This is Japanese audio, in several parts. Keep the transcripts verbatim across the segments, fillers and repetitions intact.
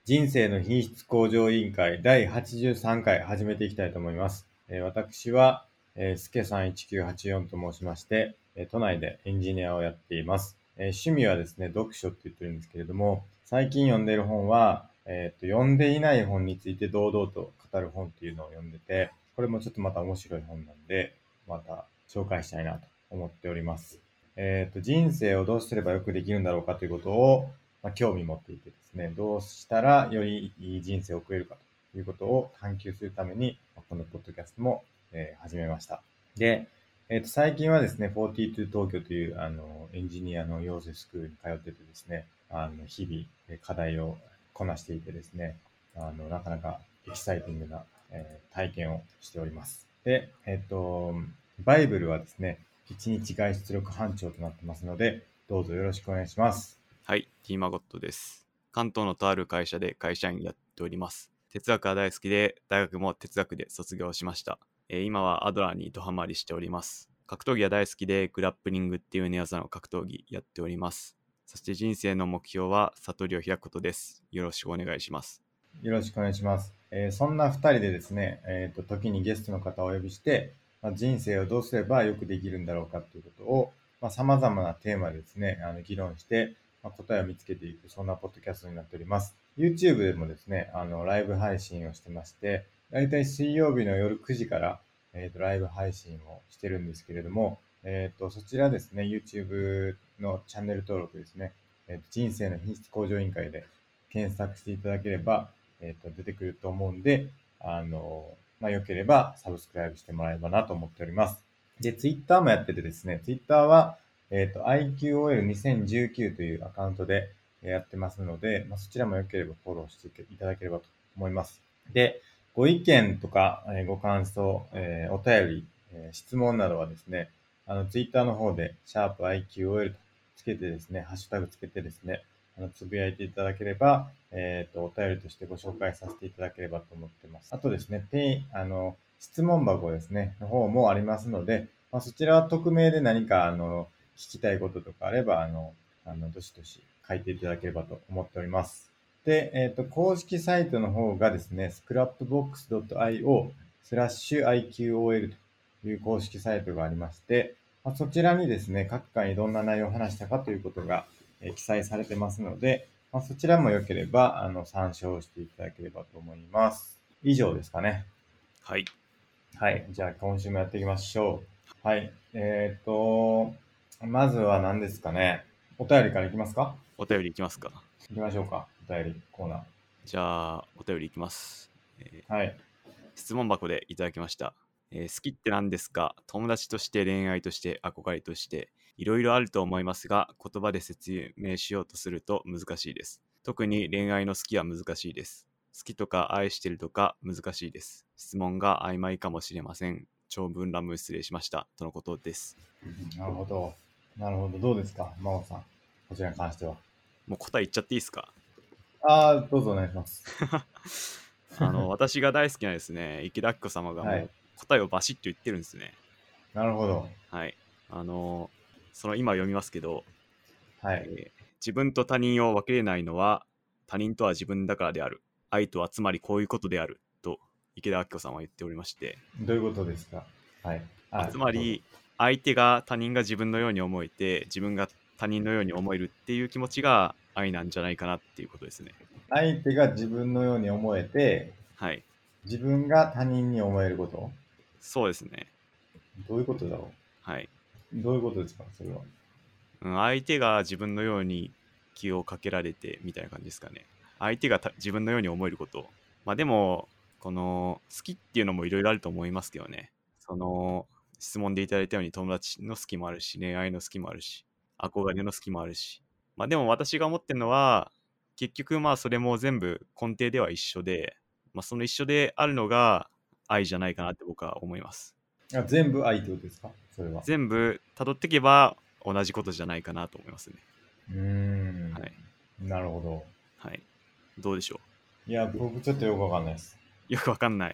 人生の品質向上委員会だいはちじゅうさんかい始めていきたいと思います。えー私は、えー、すけさんいちきゅうはちよんと申しまして、えー都内でエンジニアをやっています。えー趣味はですね、読書って言ってるんですけれども、最近読んでいる本は、えーと、読んでいない本について堂々と語る本っていうのを読んでて、これもちょっとまた面白い本なんで、また紹介したいなと思っております。えっと、人生をどうすればよくできるんだろうかということを、まあ、興味持っていてですね、どうしたらよりいい人生を送れるかということを探求するために、このポッドキャストも、えー始めました。で、えっと、最近はですね、フォーティーツー東京という、あの、エンジニアの養成スクールに通っててですね、あの、日々、えー課題をこなしていてですね、あの、なかなかエキサイティングな、えー体験をしております。で、えっと、バイブルはですね、一日外出力班長となってますので、どうぞよろしくお願いします。 はい、ティーマゴットです。関東のとある会社で会社員やっております。哲学が大好きで、大学も哲学で卒業しました。えー今はアドラーにドハマりしております。格闘技が大好きで、グラップリングっていう寝技の格闘技やっております。そして人生の目標は悟りを開くことです。よろしくお願いします。 よろしくお願いします。えーそんな二人でですね、えーと、時にゲストの方をお呼びして、まあ、人生をどうすればよくできるんだろうかということを、まあ、様々なテーマでですね、あの議論して、まあ、答えを見つけていく、そんなポッドキャストになっております。YouTube でもですね、あの、ライブ配信をしてまして、だいたい水曜日の夜くじから、えーと、ライブ配信をしてるんですけれども、えーと、そちらですね、YouTube のチャンネル登録ですね、えーと、人生の品質向上委員会で検索していただければ、えっと、出てくると思うんで、あの、まあ、よければサブスクライブしてもらえればなと思っております。で、ツイッターもやっててですね、ツイッターは、えっと、アイキューオーエルにせんじゅうきゅう というアカウントでやってますので、まあ、そちらもよければフォローしていただければと思います。で、ご意見とか、えーご感想、えーお便り、えー質問などはですね、あの、ツイッターの方で、シャープ アイキューオーエル とつけてですね、ハッシュタグつけてですね、あの、つぶやいていただければ、えっと、お便りとしてご紹介させていただければと思ってます。あとですね、ペイ、あの、質問箱ですね、の方もありますので、まあ、そちらは匿名で何か、あの、聞きたいこととかあれば、あの、あの、どしどし書いていただければと思っております。で、えっと、公式サイトの方がですね、スクラップボックスドットアイオー スラッシュ アイキューオーエル という公式サイトがありまして、まあ、そちらにですね、各回どんな内容を話したかということが、えー記載されてますので、まあ、そちらも良ければ、あの、参照していただければと思います。以上ですかね。 はい。 はい。じゃあ、今週もやっていきましょう。はい。えっと、まずは何ですかね。お便りからいきますか？ お便りいきますか。 いきましょうか。お便りコーナじゃあ、お便りいきます。えーー。はい。 質問箱でいただきました。えー好きって何ですか？友達として恋愛として憧れとしていろいろあると思いますが言葉で説明しようとすると難しいです。特に恋愛の好きは難しいです。好きとか愛してるとか難しいです。質問が曖昧かもしれません。長文乱文失礼しましたとのことです。 なるほど。なるほど。どうですか、真央さん。こちらに関しては。 もう答え言っちゃっていいですか？ ああ、どうぞお願いします。 あの私が大好きなですね池田明子様がはい。 もう答えをバシッと言ってるんですね。 なるほど。 はい。あのその今読みますけど、 はい。 えー自分と他人を分けれないのは他人とは自分だからである。愛とはつまりこういうことである。と池田明子さんは言っておりまして、 どういうことですか？はい。 まあ、 あ、どうぞ。 つまり相手が他人が自分のように思えて自分が他人のように思えるっていう気持ちが愛なんじゃないかなっていうことですね。 相手が自分のように思えて、 はい。 自分が他人に思えること。 そうですね。 どういうことだろはい。 う。どういうことですかそれは。 うん、相手が自分のように気をかけられてみたいな感じですかね。相手がた自分のように思えること。まあでも、この好きっていうのもいろいろあると思いますけどね。その質問でいただいたように友達の好きもあるし、恋愛の好きもあるし、憧れの好きもあるし。まあでも私が思ってるのは、結局まあそれも全部根底では一緒で、まあその一緒であるのが愛じゃないかなって僕は思います。 あ、全部愛ってことですかそれは。 全部辿っていけば同じことじゃないかなと思いますね。 うーん。 はい。 なるほど。 はい。どうでしょいや、僕ちょっとよくわかんないです。 う。よくわかんない。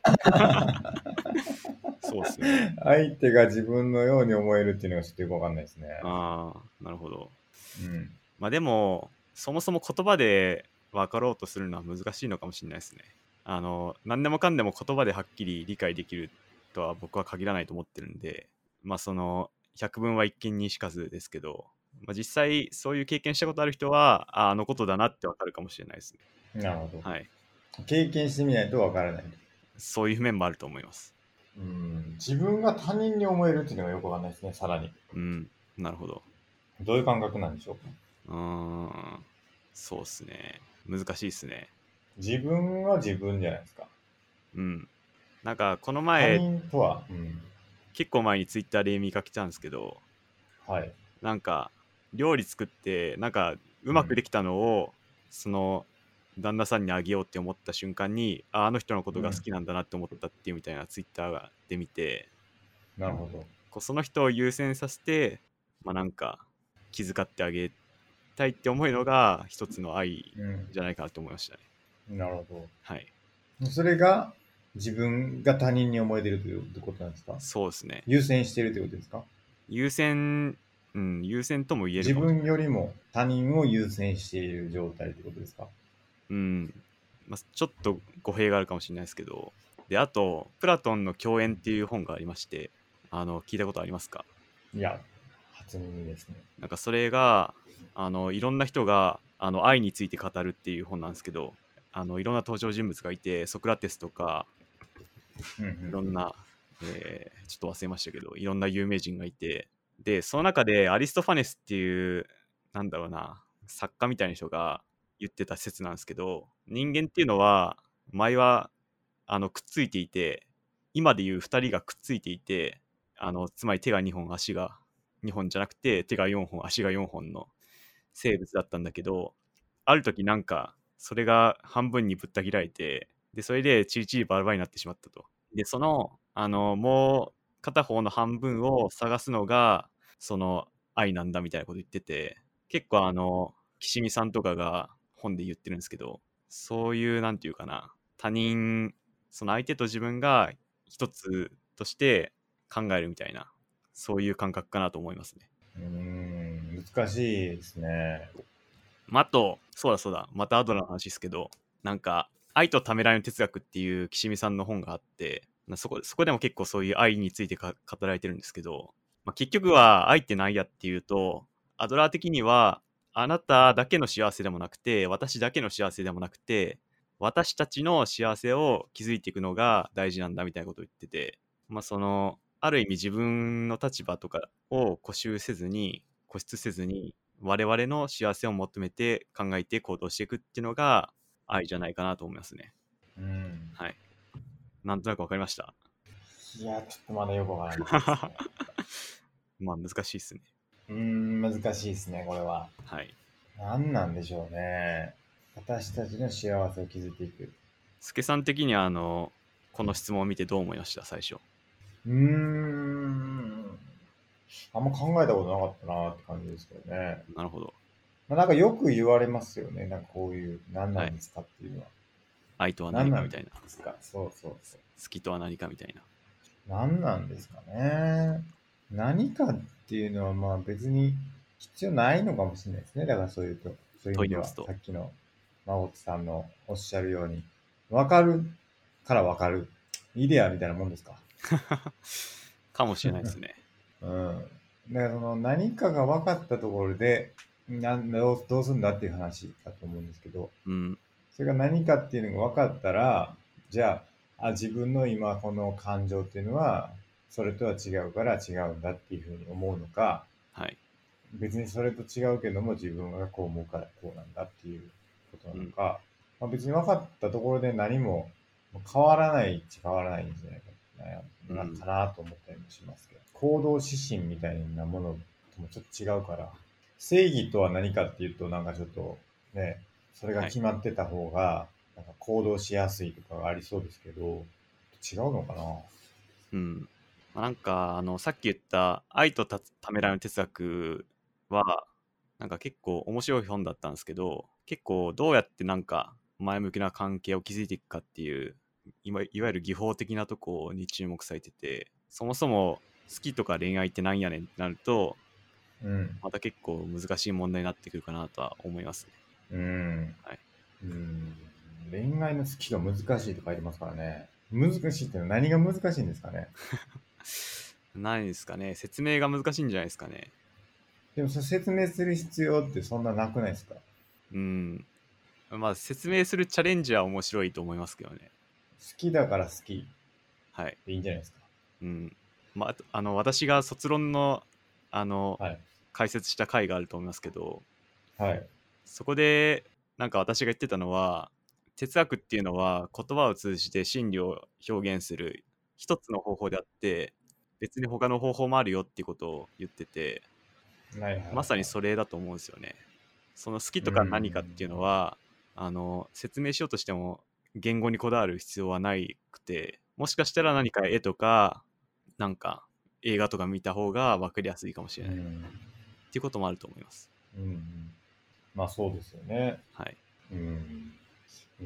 そうっすよね。 相手が自分のように思えるっていうのがちょっとよくわかんないですね。 ああ、なるほど。 うん。 まあでも、そもそも言葉で分かろうとするのは難しいのかもしれないですね。あの何でもかんでも言葉ではっきり理解できるとは僕は限らないと思ってるんで、まあその百聞は一見にしかずですけど、まあ、実際そういう経験したことある人はああのことだなって分かるかもしれないですね。 なるほど。 はい。 経験してみないとわからない。 そういう面もあると思います。 うん。自分が他人に思えるっていうのがよくわかんないですね、さらに。 うん。なるほど。 どういう感覚なんでしょう。 うーん。そうっすね。難しいっすね。 自分は自分じゃないですか。 うん。なんかこの他前、 人とは、うん。 結構前にツイッターで見かけたんですけど、 はい。 なんか料理作ってなんかううん。 まくできたのをその旦那さんにあげようって思った瞬間に、ああの人のことうん。 が好きなんだなって思ったっていうみたいなツイッターで見て、 なるほど。 こうその人を優先させて、まあなんか気遣ってあげたいって思うのが一つの愛うじゃないかなと思いましたね。 ん。なるほはい。 ど。それが自分が他人に思えてるということなんですか。 そうですね。 優先しているということですか。 優先、うん、優先とも言える自かもしれない。 分よりも他人を優先している状態ということですか。 うん。まあ、ちょっと語弊があるかもしれないですけど、で、あと、プラトンの共演っていう本がありまして、あの、聞いたことありますか？ いや、初耳ですね。 なんかそれが、あの、いろんな人が、あの、愛について語るっていう本なんですけど、あの、いろんな登場人物がいて、ソクラテスとか、 うんうんいろんな、えーちょっと忘れましたけど、いろんな有名人がいて、で、その中でアリストファネスっていう、なんだろうな、作家みたいな人が言ってた説なんですけど、人間っていうのは、前はあのくっついていて、今でいうふたりがくっついていて、あのつまり手がにほん、足がにほんじゃなくて、手がよんほん、足がよんほんの生物だったんだけど、ある時なんか、それが半分にぶった切られて、で、それでチリチリバラバラになってしまったと。で、その、あの、もう片方の半分を探すのが、その愛なんだみたいなこと言ってて、結構あの、岸見さんとかが本で言ってるんですけど、そういう、なんていうかな、他人、その相手と自分が一つとして考えるみたいな、そういう感覚かなと思いますね。 うーん、難しいですね。 まあ、あと、そうだそうだ、またアドラーの話ですけど、なんか、愛とためらいの哲学っていう岸見さんの本があって、なそこそこでも結構そういう愛についてか語られてるんですけど、まあ、結局は愛って何やっていうと、アドラー的には、あなただけの幸せでもなくて、私だけの幸せでもなくて、私たちの幸せを築いていくのが大事なんだみたいなことを言ってて、まあ、その、ある意味自分の立場とかを固執せずに、固執せずに、我々の幸せを求めて考えて行動していくっていうのが愛じゃないかなと思いますね。 うん。 はい。なんとなくわかりました。 いや、ちょっとまだよくわからないですね。 まあ難しいですね。 うーん、難しいですね、これは。 はい。 何なんでしょうね。私たちの幸せを築いていく。 スケさん的にはあの、この質問を見てどう思いました最初？ うーん。あんま考えたことなかったなって感じですけどね。 なるほど。 まあ、なんかよく言われますよね。なんかこういう、何なはい。 んですかっていうのは。 愛とは何なんで何かみたいな。 すか。そうそうそ好きとは何かみたいな。 う。何なんですかね。何かっていうのはまあ別に必要ないのかもしれないですね。だからそういうと、そういう意味では、 と言いますと。 さっきの真帆さんのおっしゃるように、わかるからわかる。イデアみたいなもんですか。 かもしれないですね。 うん。だからその何かが分かったところで、なんどうどうするんだっていう話だと思うんですけど、 うん。 それが何かっていうのが分かったら、じゃあ、あ、自分の今この感情っていうのは、それとは違うから違うんだっていうふうに思うのか、 はい。 別にそれと違うけども自分がこう思うからこうなんだっていうことなうん。 のか、まあ、別に分かったところで何も変わらないっちゃ変わらないんじゃないかな、 うん。 かなと思ったりもしますけど、行動指針みたいなものともちょっと違うから、正義とは何かっていうとなんかちょっとね、それがはい。 決まってた方がなんか行動しやすいとかがありそうですけど、違うのかな。 うん。まあなんか、あの、さっき言った愛とたためらいの哲学は、なんか結構面白い本だったんですけど、結構どうやってなんか前向きな関係を築いていくかっていう、いわいわゆる技法的なとこに注目されてて、そもそも好きとか恋愛ってなんやねんってなると、 うん。 また結構難しい問題になってくるかなとは思いますね。 うん。 はい。 うん。恋愛の好きが難しいと書いてますからね。難しいってのは何が難しいんですかね。 何ですかね、説明が難しいんじゃないですかね。 でもそれ説明する必要ってそんななくないですか。 うん。まあ説明するチャレンジは面白いと思いますけどね。 好きだから好きはい。 でいいんじゃないですか。 うん。まあ、あとあの私が卒論のあのはい。 解説した回があると思いますけど、 はい。 そこでなんか私が言ってたのは、哲学っていうのは言葉を通じて真理を表現する一つの方法であって、別に他の方法もあるよっていうことを言ってて、 はいはいはい。 まさにそれだと思うんですよね。その好きうとか何かっていうん。 のは、あの説明しようとしても言語にこだわる必要はないくて、もしかしたら何か絵とかなんか映画とか見た方が分かりやすいかもしれないっうん。 ていうこともあると思います。 うん。まあそうですよね。 はい。 うん。うん。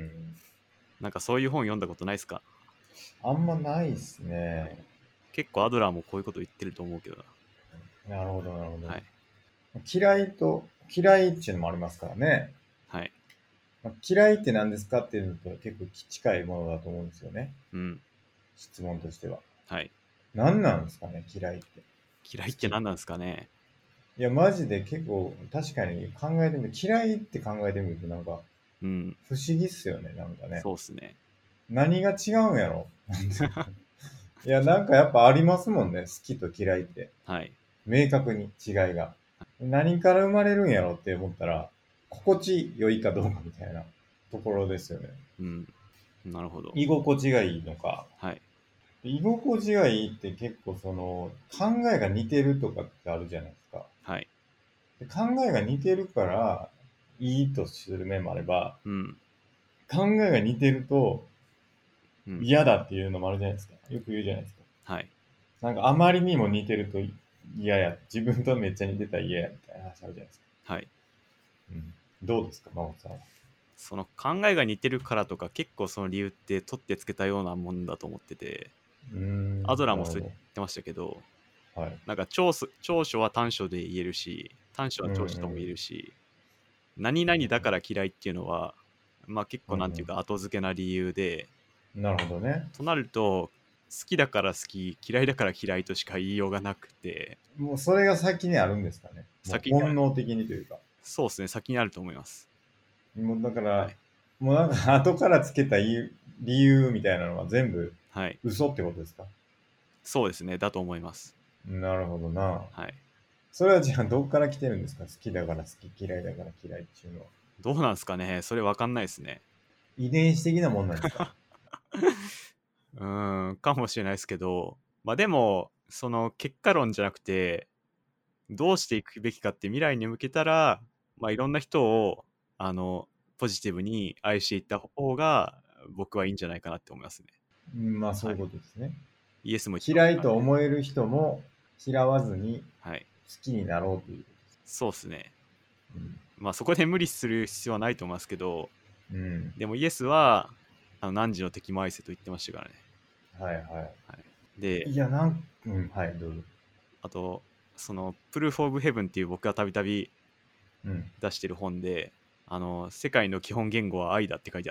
なんかそういう本読んだことないですか？ あんまないっすはい。 ね。 結構アドラーもこういうこと言ってると思うけどな。 なるほど、なるほど。 はい。 嫌いと、嫌いっていうのもありますからね。 はい。 まあ、嫌いって何ですかっていうのと結構近いものだと思うんですよね。 うん。 質問としては。 はい。 何なんですかね、嫌いって。 嫌いっ好きって。 て何なんですかね。 いや、マジで結構確かに考えてみる、嫌いって考えてみるとなんかうん。 不思議っすよね、なんかね。 そうっすね。 何が違うんやろ。いや、なんかやっぱありますもんね、好きと嫌いって。 はい。 明確に違いが。何から生まれるんやろって思ったら、心地良いかどうかみたいなところですよね。 うん。なるほど。 居心地がいいのか。 はい。 居心地がいいって結構その考えが似てるとかってあるじゃないですか。 はい。 で考えが似てるからいいとする面もあれば、 うん。 考えが似てるとうん。 嫌だっていうのもあるじゃないですか。よく言うじゃないですか。 はい。 なんかあまりにも似てると嫌や。自分とめっちゃ似てたら嫌やみたいな話あるじゃないですか。 はい。 うん、どうですか、真帆さんは。 その考えが似てるからとか結構その理由って取ってつけたようなもんだと思ってて、 うーん、 アドラーもそう言っなるほてましたけど、 ど。はい。 なんか長所長所は短所で言えるし、短所はうんうん。 長所とも言えるし、何々だから嫌いっていうのは、まあ結構なんていううんか後付けな理由で、 うん。なるほどね。 となると、好きだから好き、嫌いだから嫌いとしか言いようがなくて、 もうそれが先にあるんですかね。もう先にある、 本能的にというか。 そうですね、先にあると思います。 もうだから、 はい。 もうなんか後からつけた理由理由みたいなのは全部はい。 嘘ってことですか。 そうですね、だと思います。 なるほどな。 はい。 それはじゃあどっから来てるんですか。好きだから好き、嫌いだから嫌いっていうのは。 どうなんですかね、それわかんないですね。 遺伝子的なもんなんですか。 うーん、かもしれないですけど、まあでも、その結果論じゃなくて、どうしていくべきかって未来に向けたら、まあいろんな人を、あの、ポジティブに愛していった方が、僕はいいんじゃないかなって思いますね。 うん、まあそういうはい。 ことですね。 イエスも言ってまし嫌いとたからね。 思える人も嫌わずにはい。 好きになろうという。 そうですね。 うん。 まあそこで無理する必要はないと思いますけど、 うん。 でもイエスは、あの何時の敵も愛せと言ってましたからね。 はいははい。で、 い。いや、なん、うん、はい、どうぞ。 あと、その、プルーフ・オブ・ヘブンっていう僕がたびたびうん。 出してる本で、あの、世界の基本言語は愛だって書いてあって、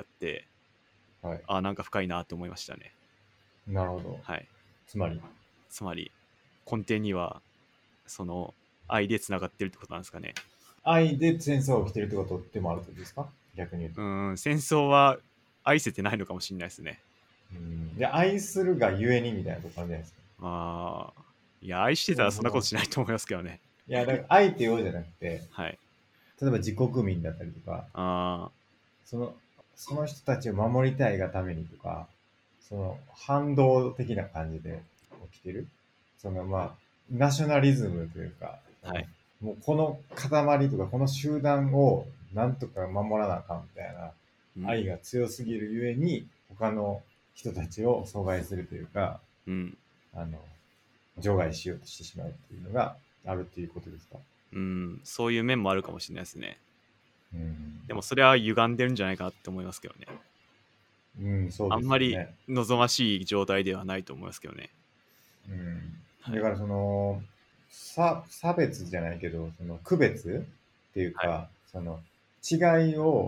はい。 あ、なんか深いなって思いましたね。 なるほど。 はい。 つまり、 つまり、根底には、その、愛でつながってるってことなんですかね。 愛で戦争が起きてるってことでもあるってことですか。逆に言うと。 うーん、戦争は愛せてないのかもしれないですね。 うん。で、愛するがゆえにみたいなとこあるじゃないですか。 ああ、いや、愛してたらそんなこともうその、 しないと思いますけどね。 いや、だから愛って言おうじゃなくて、 はい。 例えば自国民だったりとか、 あその、その人たちを守りたいがためにとか、その反動的な感じで起きてる。そのまあ、ナショナリズムというか、 あ、はい。 もうこの塊とかこの集団をなんとか守らなあかんみたいなうん。 愛が強すぎるゆえに、他の人たちを阻害するというか、 うん。 あの、除外しようとしてしまうっていうのがあるっていうことですか。 うん。そういう面もあるかもしれないですね。 うん。 でもそれは歪んでるんじゃないかなって思いますけどね。 うん、そうであんまりすよね。 望ましい状態ではないと思いますけどね。 うん。 はい。 だからその、差、差別じゃないけど、その区別っていうはい。 か、その違いを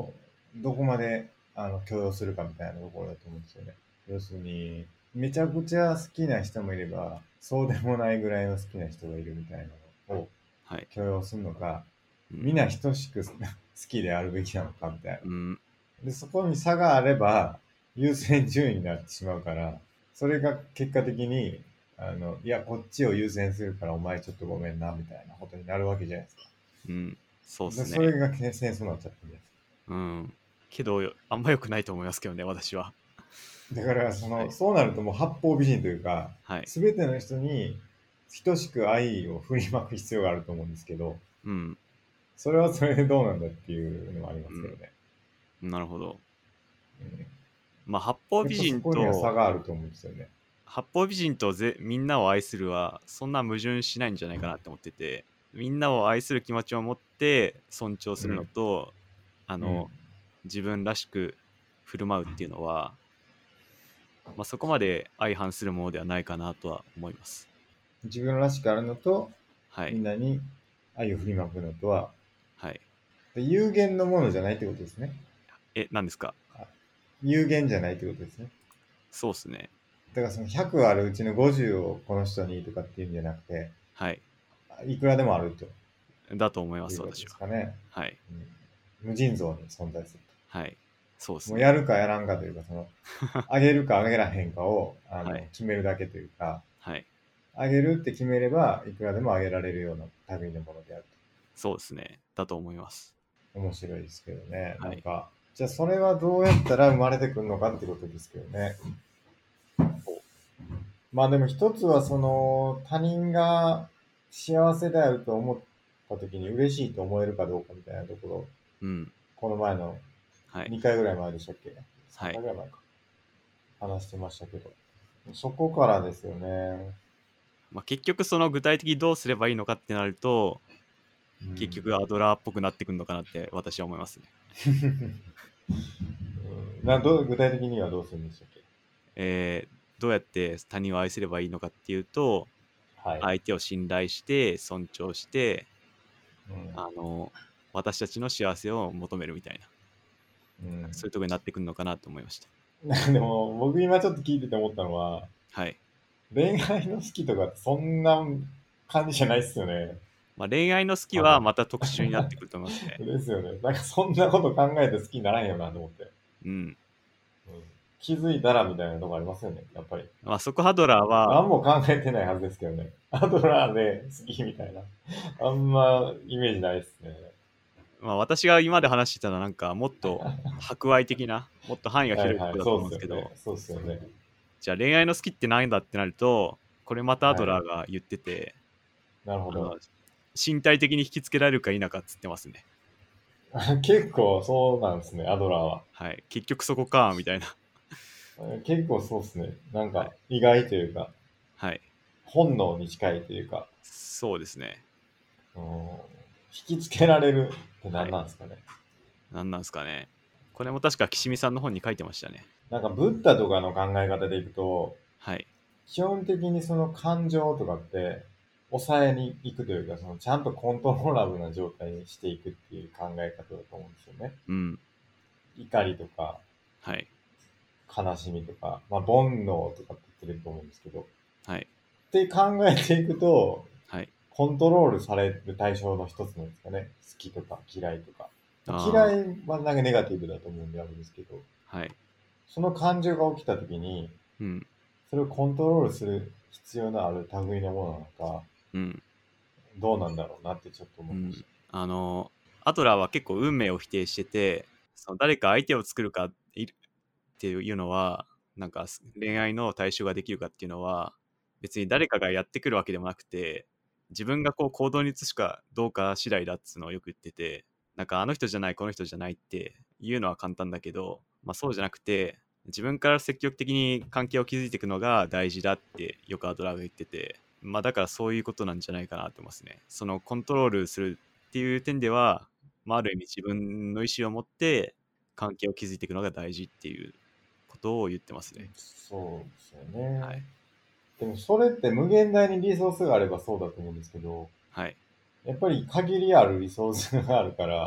どこまであの許容するかみたいなところだと思うんですよね。要するに、めちゃくちゃ好きな人もいれば、そうでもないぐらいの好きな人がいるみたいなのをはい。 許容するのか、 うん。 みんな等しく好きであるべきなのかみたいな。 うん。 で、そこに差があれば、優先順位になってしまうから、それが結果的に、あの、いや、こっちを優先するからお前ちょっとごめんな、みたいなことになるわけじゃないですか。 うん。そうっで、 すね。 それが戦争になっちゃってるんです。 うん。けど、あんま良くないと思いますけどね、私は。 だから、その、 はい。 そうなるともう八方美人というか、 はい。 すべての人に等しく愛を振りまく必要があると思うんですけど、 うん。 それはそれでどうなんだっていうのもありまうん。 すけどね。 なるほど。 うん、 まあ、八方やっぱそ美人こには差と、 があると思うんですよね。 八方美人とぜみんなを愛するは、そんな矛盾しないんじゃないかなって思ってて、みんなを愛する気持ちを持って尊重するのうん。 と、あうん。 の、自分らしく振る舞うっていうのは、まあ、そこまで相反するものではないかなとは思います。 自分らしくあるのと、 はい。 みんなに愛を振りまくのとは、 はい。 有限のものじゃないってことですね。 え、何ですか？ あ、有限じゃないってことですね。 そうっすね。 だからそのひゃくあるうちのごじゅうをこの人にとかっていうんじゃなくて、 はい。 いくらでもあるとだと思います、 いうことで私は。 すかね。 はい。 うん、無尽蔵に存在するはい。そうでと。もうすね。 やるかやらんかというか、その、あげるかあげらへんかをあのはい。 決めるだけというか、 はい。 あげるって決めれば、いくらでもあげられるような類のものであるそうですね。だと思います。 と。面白いですけどね。 はい。 なんか、じゃあそれはどうやったら生まれてくるのかってことですけどね。 おまあでも一つはその他人が幸せであると思った時に嬉しいと思えるかどうかみたいなところ、 うん。 この前のはい。 にかいぐらい前でしたっけ？ さんはい。 回ぐらい前か。話してましたけど。そこからですよね。 まあ、結局、その具体的にどうすればいいのかってなると、 うん。 結局アドラーっぽくなってくるのかなって私は思いますね。 うん、などう具体的にはどうするんでしたっけ？ えーどうやって他人を愛すればいいのかっていうと、 はい。 相手を信頼して尊重して、 うん。 あの私たちの幸せを求めるみたいな、 うん。 そういうところになってくるのかなと思いました。 でも、僕今ちょっと聞いてて思ったのは、 はい。 恋愛の好きとかってそんな感じじゃないっすよね。 まあ、恋愛の好き多分。 はまた特殊になってくると思いますね。 ですよね。なんかそんなこと考えて好きにならへんよなと思って。 うん。 うん、気づいたらみたいなとこありますよね、やっぱり。 まあ、そこハドラーは、 何も考えてないはずですけどね。アドラーで好きみたいな。あんまイメージないですね。 まあ、私が今まで話してたのはなんかもっと博愛的な、もっと範囲がはいはい、 広いところだとそうっすよね。 思うんですけど、 そうっすよね。 じゃあ恋愛の好きって何だってなると、これまたアはい。 ドラーが言ってて、 なるほど。 あの身体的に引きつけられるか否かっつってますね。 結構そうなんですね、アドラーは。 はい。結局そこか、みたいな。 結構そうっすね。なんはい。 か意外というか、 はい。 本能に近いというか、 そうですね。 うん、引きつけられるってはい。 何なんですかね。 何なんですかね。これも確か岸見さんの本に書いてましたね。 なんかブッダとかの考え方でいくと、 はい。 基本的にその感情とかって抑えに行くというか、そのちゃんとコントローラブな状態にしていくっていう考え方だと思うんですよね。 うん。 怒りとかはい。 悲しみとか、まあ煩悩とかって言ってると思うんですけど、っはい。 て考えていくと、 はい。 コントロールされる対象の一つなんですかね。好きとか嫌いとか。まあああ。 嫌いはなんかネガティブだと思うんであるんですけど、 はい。 その感情が起きた時に、 うん。 それをコントロールする必要のある類のものなのか、 うん。 どうなんだろうなってちょっと思うん。 いました。 あの、アドラーは結構運命を否定してて、その誰か相手を作るかいるっていうのは、なんか恋愛の対象ができるかっていうのは、別に誰かがやってくるわけでもなくて、自分がこう行動に移すかどうか次第だっつうのをよく言ってて、なんかあの人じゃないこの人じゃないって言うのは簡単だけど、まあ、そうじゃなくて、自分から積極的に関係を築いていくのが大事だってよくアドラーが言ってて、まあだからそういうことなんじゃないかなと思いますね。そのコントロールするっていう点では、まあ、ある意味自分の意思を持って関係を築いていくのが大事っていうことを言ってますね。 そうですよね。 はい。 でもそれって無限大にリソースがあればそうだと思うんですけど、 はい。 やっぱり限りあるリソースがあるから、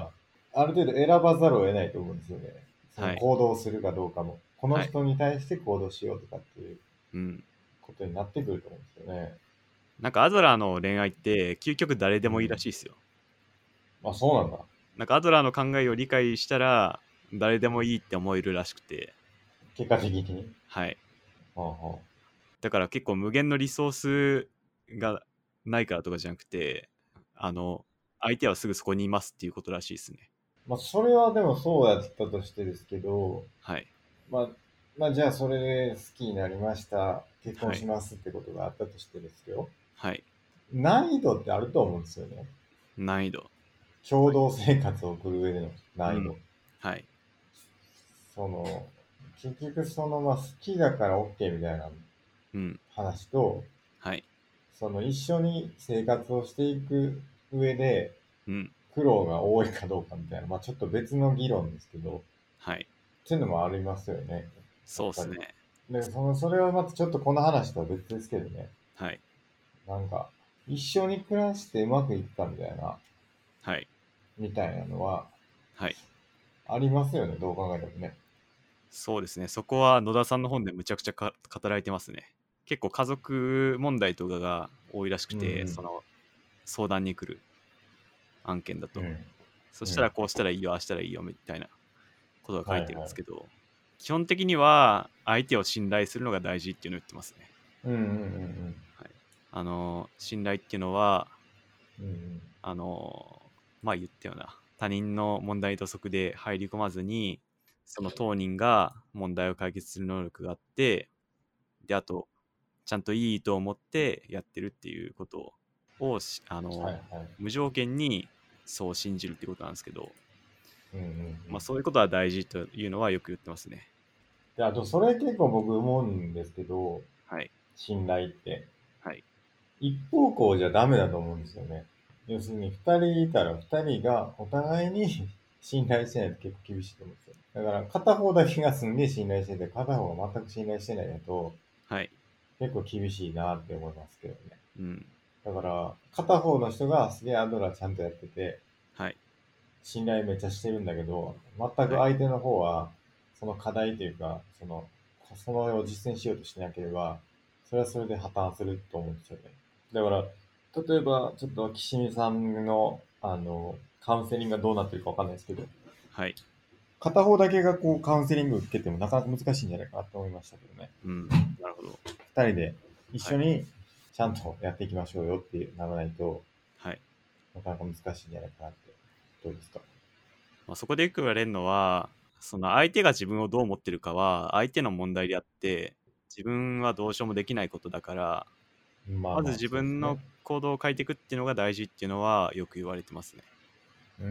ある程度選ばざるを得ないと思うんですよね。そのはい。 行動するかどうかも。このはい。 人に対して行動しようとかっていううん。 ことになってくると思うんですよね。 なんかアドラーの恋愛って究極誰でもいいらうん。 しいですよ。 あ、そうなんだ。 なんかアドラーの考えを理解したら誰でもいいって思えるらしくて、 結果的に。 はい。 はあはあ。 だから結構無限のリソースがないからとかじゃなくて、あの、相手はすぐそこにいますっていうことらしいですね。 まあ、それはでもそうだったとしてですけど、 はい。 まあ、まあ、じゃあそれで好きになりました。結婚はい。 しますってことがあったとしてですよ。 はい。 難易度ってあると思うんですよね。 難易度。 共同生活を送る上での難易度。 うん。はい。 その、結局その、まあ、好きだから OK みたいなうん。 話と、 はい。 その一緒に生活をしていく上でうん。 苦労が多いかどうかみたいな、まあちょっと別の議論ですけど、 はい。 っていうのもありますよね。やっぱり。 そうっすね。 で、その、それはまたちょっとこの話とは別ですけどね。 はい。 なんか、一緒に暮らしてうまくいくかみたいな、 はい。 みたいなのははい。 ありますよね、どう考えてもね。 そうですね。そこは野田さんの本でむちゃくちゃか語られてますね。結構家族問題とかが多いらしくうんて、その相談に来る案件だと。 うん。 そうん。うん。 したらこうしたらいいよ、ああしたらいいよみたいなことが書いてるんはいはい。 ですけど、基本的には相手を信頼するのが大事っていうのを言ってますね。 うんうんうんはい。あの、信頼っていうのは、 うん。うんうん。 あの、まあ言ったような、他人の問題土足で入り込まずに、その当人が問題を解決する能力があって、で、あと、ちゃんといいと思ってやってるっていうことを、しあの、 はいはい。 無条件にそう信じるっていうことなんですけど、 うんうんうん。 まあそういうことは大事というのはよく言ってますね。 で、あと、それ結構僕思うんですけど、 はい。 信頼って。 はい。 一方向じゃダメだと思うんですよね。要するに、二人いたら二人がお互いに信頼してないと結構厳しいと思うんですよ。だから、片方だけがすんげえ信頼してて、片方が全く信頼してないだと、 はい。 結構厳しいなって思いますけどね。 うん。 だから、片方の人がすげえアドラーちゃんとやってて、 はい。 信頼めっちゃしてるんだけど、全くはい。 相手の方は、その課題というか、その、そのを実践しようとしなければ、それはそれで破綻すると思うんですよね。だから、例えば、ちょっと岸見さんの、あの、カウンセリングがどうなってるかわかんないですけど、 はい。 片方だけがこうカウンセリング受けてもなかなか難しいんじゃないかなと思いましたけどね。 うん。なるほど。 二人で一はい。 緒にちゃんとやっていきましょうよってならないとはい。 なかなか難しいんじゃないかなって。どうですか？ まあ、そこでよく言われるのは、その相手が自分をどう思ってるかは相手の問題であって、自分はどうしようもできないことだから、まずまあまあ、 自分のそうですね。 行動を変えていくっていうのが大事っていうのはよく言われてますね。 うん。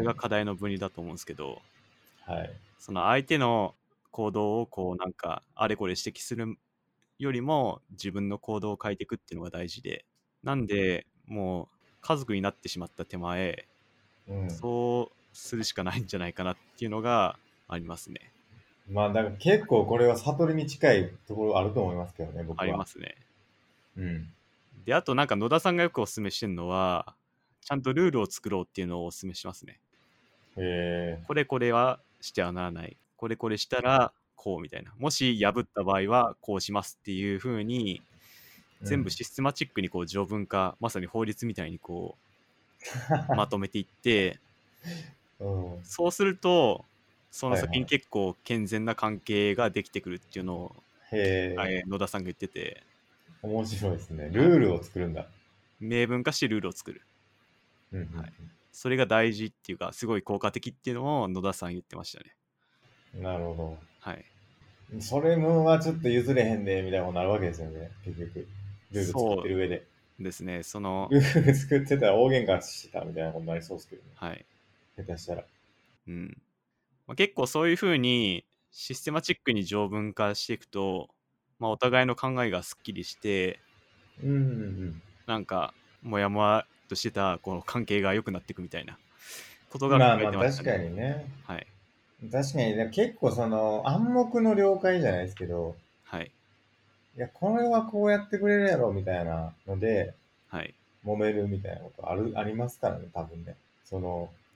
これが課題の分離だと思うんですけど、 はい。 その相手の行動をこうなんかあれこれ指摘するよりも自分の行動を変えていくっていうのが大事で、なんでもう家族になってしまった手前、 うん。 そうするしかないんじゃないかなっていうのがありますね。 まあ、だから結構これは悟りに近いところあると思いますけどね、僕は。 ありますね。 うん。 で、あとなんか野田さんがよくお勧めしてるのは、ちゃんとルールを作ろうっていうのをお勧めしますね。 へえ。 これこれはしてはならない。これこれしたらこうみたいな。もし破った場合はこうしますっていう風に、 うん。 全部システマチックにこう条文化、まさに法律みたいにこうまとめていって、 うん。 そうすると、そのはいは先に結構健全な関係ができてくるっていうのを、 い。へえ。 えー野田さんが言ってて、 面白いですね。 はい、 ルールを作るんだ。 明文化してルールを作る。 うんうんはい。それが大事っていうか、すごい効果的っていうのを野田さん言ってましたね。 うん。なるほはい。 ど。それもはちょっと譲れへんで、みたいなことになるわけですよね。結局。ルール作っそてる上で。 うですね。その、 ルール作ってたら大喧嘩してたみたいなことになりそうですけどね。 はい。 下手したら。 うん。まあ、結構そういうふうにシステマチックに条文化していくと、まあ、お互いの考えがすっきりして、 うんうんなんか、もやもやとしてたこの関係が良くなっていくみたいなことうん。 が書かまあまあ、確れてましたね。 かにね。 はい。 確かに、でも結構その暗黙の了解じゃないですけど、 はい。 いや、これはこうやってくれるやろ、みたいなので、 はい。 揉めるみたいなことある、ありますからね、多分ね。その、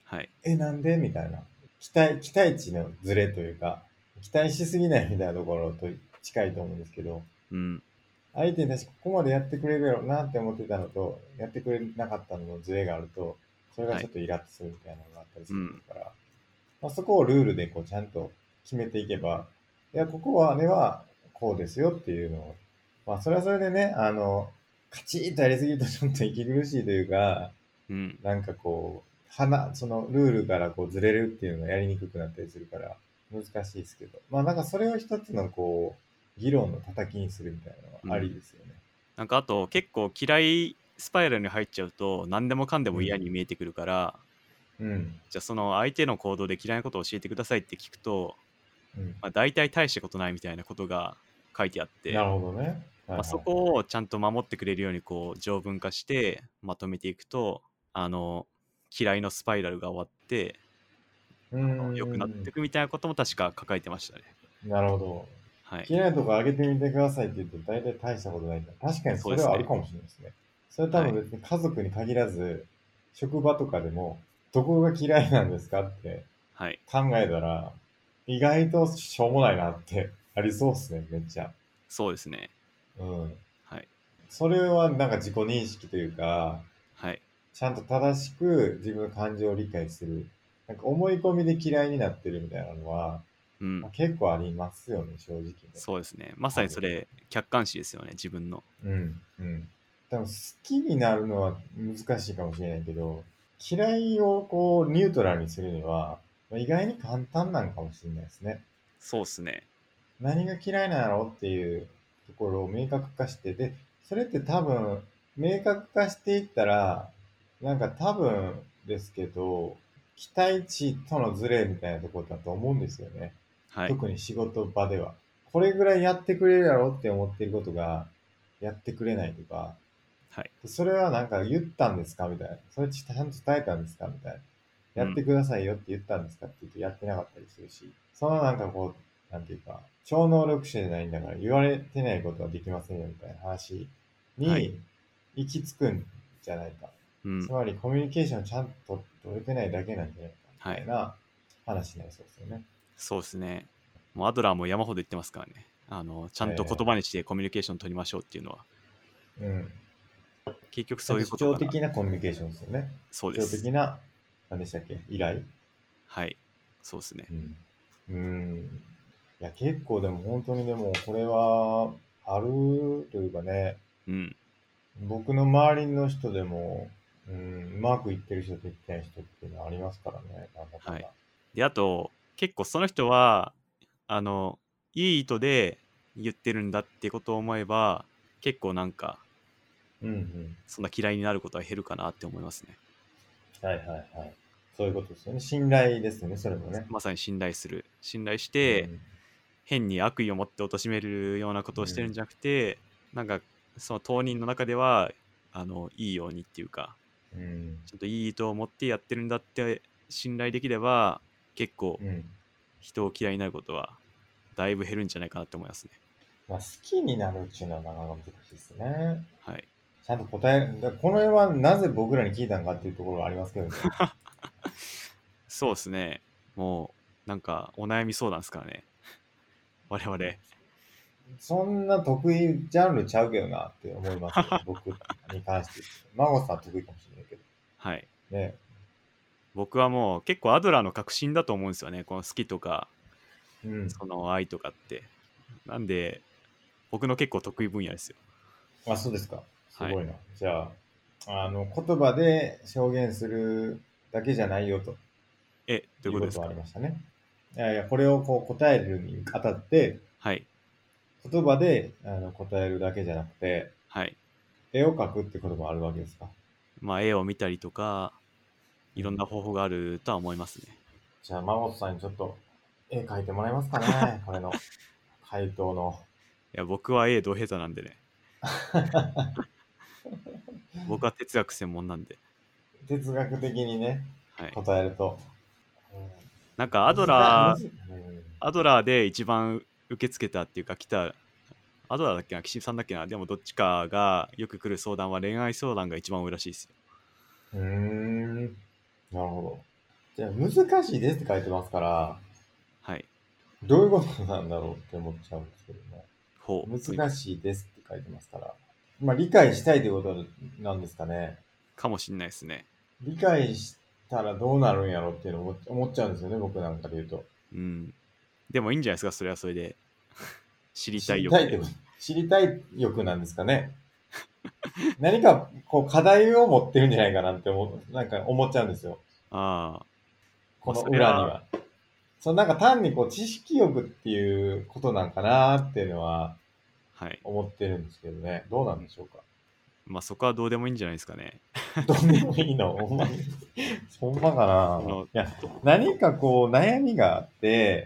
はい。 え、なんでみたいな。期待、期待値のズレというか、期待しすぎないみたいなところと近いと思うんですけど、 うん。 相手に確かここまでやってくれるやろうなって思ってたのと、やってくれなかったののズレがあると、それがはい。 ちょっとイラッとするみたいなのがあったりすると思うん。 うから、まあ、そこをルールでこうちゃんと決めていけば、いや、ここはねはこうですよっていうのを、まあ、それはそれでね、あの、カチッとやりすぎるとちょっと息苦しいというか、 うん。 なんかこう、はな、そのルールからこうずれるっていうのがやりにくくなったりするから、難しいですけど、まあなんかそれを一つのこう、議論の叩きにするみたいなのはありうん。 ですよね。 なんかあと結構嫌いスパイラルに入っちゃうと何でもかんでもうん。 嫌に見えてくるから、 うん。 じゃあその相手の行動で嫌いなことを教えてくださいって聞くと、 うん。 まあ、大体大したことないみたいなことが書いてあって、 なるほどね。はいまあ、 はいはい。 そこをちゃんと守ってくれるようにこう条文化してまとめていくと、あの嫌いのスパイラルが終わってうーあの良くなっていん。 くみたいなことも確か書かれてましたね。 なるほど。 はい。 嫌いなとこ上げてみてくださいって言うと大体大したことないんだ。確かにそうですね。 それはあるかもしれないですね。それ多はい。 分別に家族に限らず、職場とかでも、どこが嫌いなんですかってはい。 考えたら、意外としょうもないなってありそうっすね、めっちゃ。 そうですね。 うん。 はい。 それはなんか自己認識というか、 はい。 ちゃんと正しく自分の感情を理解する。なんか思い込みで嫌いになってるみたいなのは、 うん。 まあ、結構ありますよね、正直ね。 そうですね。まさ多分。 にそれ、客観視ですよね、自分の。 うん、うん。多分好きになるのは難しいかもしれないけど、嫌いをこうニュートラルにするには、まあ意外に簡単なのかもしれないですね。 そうですね。 何が嫌いなんやろっていうところを明確化して、で、それって多分、明確化していったら、なんか多分ですけど、期待値とのズレみたいなところだと思うんですよね。 はい。 特に仕事場では。これぐらいやってくれるやろって思ってることが、やってくれないとか、 はい。 それはなんか言ったんですかみたいな。それちゃんと伝えたんですかみたいな。 うん。 やってくださいよって言ったんですかって言ってやってなかったりするし、そのなんかこう、なんていうか、超能力者じゃないんだから言われてないことはできませんよみたいな話はい。 に行き着くんじゃないか。 うん。 つまりコミュニケーションちゃんと取れてないだけなんじゃないかはい。 みたいな話になりそうですよね。 そうですね。もうアドラーも山ほど言ってますからね。あの、ちゃんと言葉えにしてコミュニケーション取りましょうっていうのは。 ー、うん。 結局そうちゃんと主張いうことかな。 的なコミュニケーションですよね。主張そうです。 的な、何でしたっけ依頼。 はい。そうですね。 うん。うーん。いや、結構でも本当にでも、これは、あるというかね、 うん。 僕の周りの人でも、うん、うまくいってる人といってない人っていうのはありますからね、なんだかはい。 んだ。 で、あと、結構その人は、あの、いい意図で言ってるんだってことを思えば、結構なんか、 うんうん。 そんな嫌いになることは減るかなって思いますね。 はいはいはい。そういうことですよね。信頼ですよね、それもね。 まさに信頼する。信頼して、 うん。 変に悪意を持って貶めるようなことをしてるんうん。 じゃなくて、なんか、その当人の中では、あの、いいようにっていうか、 うん。 ちょっといい意図を持ってやってるんだって信頼できれば、結構うん。 人を嫌いになることはだいぶ減るんじゃないかなって思いますね。 まあ、好きになるっていうのはなかなか難しいですね。 はい。 ちゃんと答え、だこの辺はなぜ僕らに聞いたんかっていうところがありますけどね。 そうですね。もう、なんか、お悩み相談ですからね。我々。 そんな得意ジャンルちゃうけどなって思いますよ。僕に関して言うと。孫さん得意かもしれないけど。 はい。 ね。 僕はもう結構アドラーの革新だと思うんですよね。この好きとか、 うん。 その愛とかって。なんで、僕の結構得意分野ですよ。 あ、そうですか。すはい。 ごいな。じゃあ、あの、言葉で表現するだけじゃないよとえ、どういういうことはあことですか？ りましたね。いやいや、これをこう答えるにあたって、 はい。 言葉であの答えるだけじゃなくて、 はい。 絵を描くってこともあるわけですか。 まあ、絵を見たりとか、いろんうん。 な方法があるとは思いますね。 じゃあ、孫さんにちょっと絵描いてもらえますかね。これの回答の。 いや、僕は絵ど下手なんでね。僕は哲学専門なんで。 哲学的にね、 はい。 答えると。 なんか、アうん、 ド難、むラー、 ず、うん。 アドラーで一番受け付けたっていうか、来た、アドラーだっけな、岸さんだっけな、でもどっちかがよく来る相談は恋愛相談が一番多いらしいですよ。 うーん。なるほど。 じゃあ難しいですって書いてますから、 はい。 どういうことなんだろうって思っちゃうんですけども。 ほう。という難しいですって書いてますから。まあ理解したいということなんですかね。 かもしんないですね。 理解したらどうなるんやろっていうのを思っちゃうんですよね、僕なんかで言うと。 うん。でもいいんじゃないですか、それはそれで。知り知たい欲で。 りたいってこと、知りたい欲なんですかね。何かこう課題を持ってるんじゃないかなって思う、なんか思っちゃうんですよ。 ああ。まあ、 このそれは、 裏には。そう、なんか単にこう知識欲っていうことなんかなっていうのははい。 思ってるんですけどね。どうなんでしょうか。 まあ、そこはどうでもいいんじゃないですかね。 どうでもいいのほんまに。ほんまかな。 その、 いや、 と、と、 何かこう悩みがあって、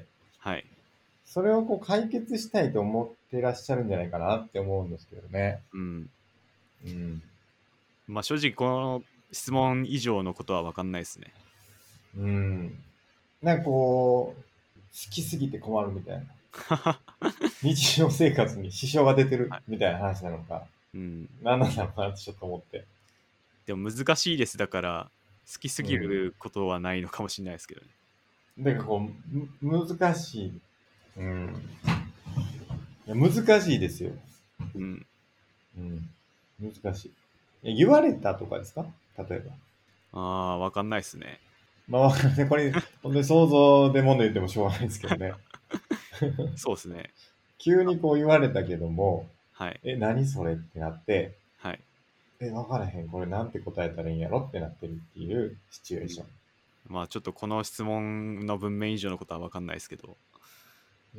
はい。 それをこう解決したいと思ってらっしゃるんじゃないかなって思うんですけどね。 うん。 うん。 まあ、正直、この質問以上のことは分かんないですね。 うん。なんかこう、好きすぎて困るみたいな。 は日常生活に支障が出てるい。 みたいな話なのか。 うん。 何なんだろうなってちょっと思って。 でも難しいです。だから、好きすぎうん。 ることはないのかもしれないですけどね。 だからこう、む難しい。うん。いや難しいですよ。 うん。 うん。難しい。いや言われたとかですか、例えば。 ああ、分かんないですね。 まあ、わかんないこれ、本当に想像で物言ってもしょうがないですけどね。 そうですね。 急にこう言われたけども、 はい。 え、何それってなって、 はい。 え、わからへん。これなんて答えたらいいんやろってなってるっていうシチュエーション。 まあ、ちょっとこの質問の文面以上のことは分かんないですけど。 うん。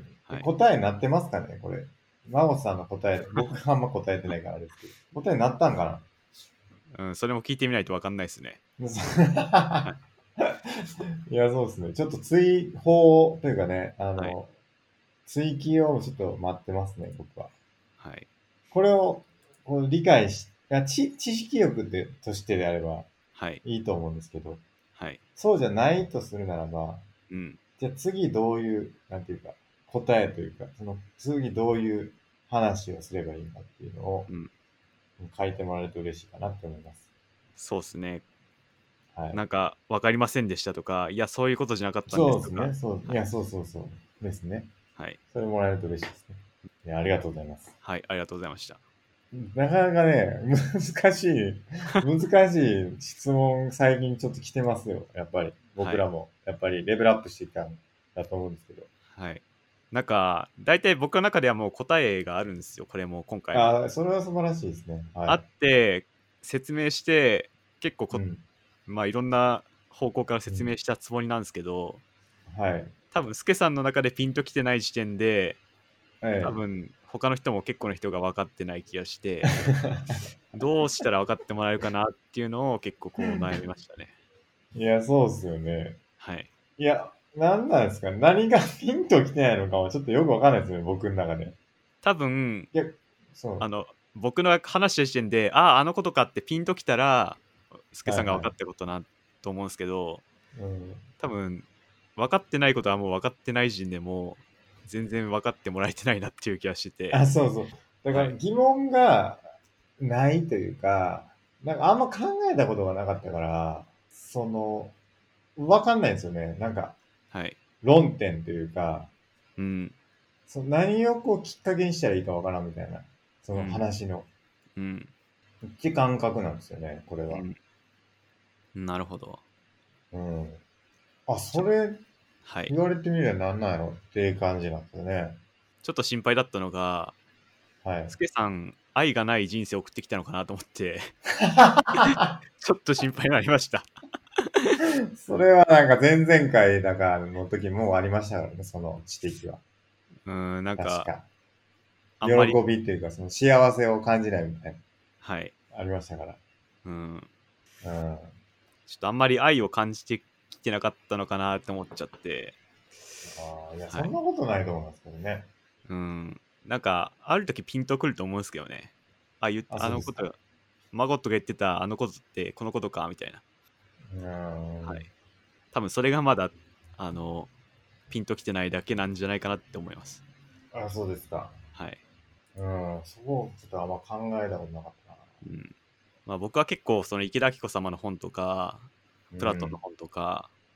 はい。 答えになってますかねこれ。真帆さんの答え、僕があんま答えてないからあれですけど。答えになったんかうん、それも聞いてみないと分かんないですね。はな。 い。 いや、そうですね。ちょっと追放というかね、あはい。 の、追記をちょっと待ってますね、僕は。 はい。 これをこう理解し、いや知知識欲でとしてであればはい。 いいと思うんですけど、 はい。 そうじゃないとするならば、 うん。 じゃあ次どういう、なんていうか、答えというか、その次どういう話をすればいいかっていうのをうん。 書いてもらえると嬉しいかなって思います。 そうですね。 はい。 なんか、分かりませんでしたとか、いや、そういうことじゃなかったんですとか。 そうですね。そう、いはい。 や、そうそうそうですね。 はい。 それもらえると嬉しいですね。いや、ありがとうございます。 はい。ありがとうございました。 なかなかね、難しい、難しい質問最近ちょっと来てますよ。やっぱり。 はい。 僕らも。やっぱりレベルアップしていったんだと思うんですけど。 はい。なんか、大体僕の中ではもう答えがあるんですよ。これも今回の。 ああ、それは素晴らしいですね。はあっい。 て、説明して、結構こ、 うん。 まあいろんな方向からうん。 説明したつもりなんですけど、 はい。 多分、スケさんの中でピンときてない時点で、多ええ。 分、他の人も結構の人が分かってない気がして、どうしたら分かってもらえるかなっていうのを結構こう悩みましたね。 いや、そうですよね。 はい。 いや、なんなんですかね。何がピンと来てないのかはちょっとよくわかんないですね。僕の中で。 多分、 いや、そあの、僕の話した時点で、ああ、あのことかってピンときたら、スう。 ケさんが分かはいはい。 ったことなと思うんですけど、 うん。 多分、分かってないことはもう分かってない時点でもう、全然分かってもらえてないなっていう気がしてて、 あ、そうそう。だかはい。 ら疑問がないというか、なんかあんま考えたことがなかったから、その、わかんないんですよね。なんか、 はい。 論点というか、 うん。 その何をこうきっかけにしたらいいかわからんみたいな、そのうん。 話の、 うん。 って感覚なんですよね、これは。 うん。なるほど。 うん。あ、 ちょ、 それはい。 言われてみればなんなんやろっていう感じなんですよね。 ちょっと心配だったのが、 はい。 スケさん、愛がない人生を送ってきたのかなと思って、ちょっと心配になりました。 それはなんか前々回だからの時もありましたからね、その指摘は。 うーん、なんか、 確か。喜あんまり、 びっていうか、その幸せを感じないみたいはい。 な、ありましたから。 うん。 うん。 ちょっとあんまり愛を感じてきてなかったのかなって思っちゃって、 ああ、いや、 はい。 そんなことないと思いますけどね。 うん。なんか、ある時ピンとくると思うんですけどね。あ、言っあ、そうですか。 あのこと、マゴットが言ってたあのことってこのことかみたいな。 うーん。 はい。多分それがまだ、あの、ピンときてないだけなんじゃないかなって思います。 あ、そうですか。 はい。 うん。そこ、ちょっとあんま考えたことなかったな。 うん。まあ僕は結構その池田明子様の本とか、 うプラトンのん。 本とか、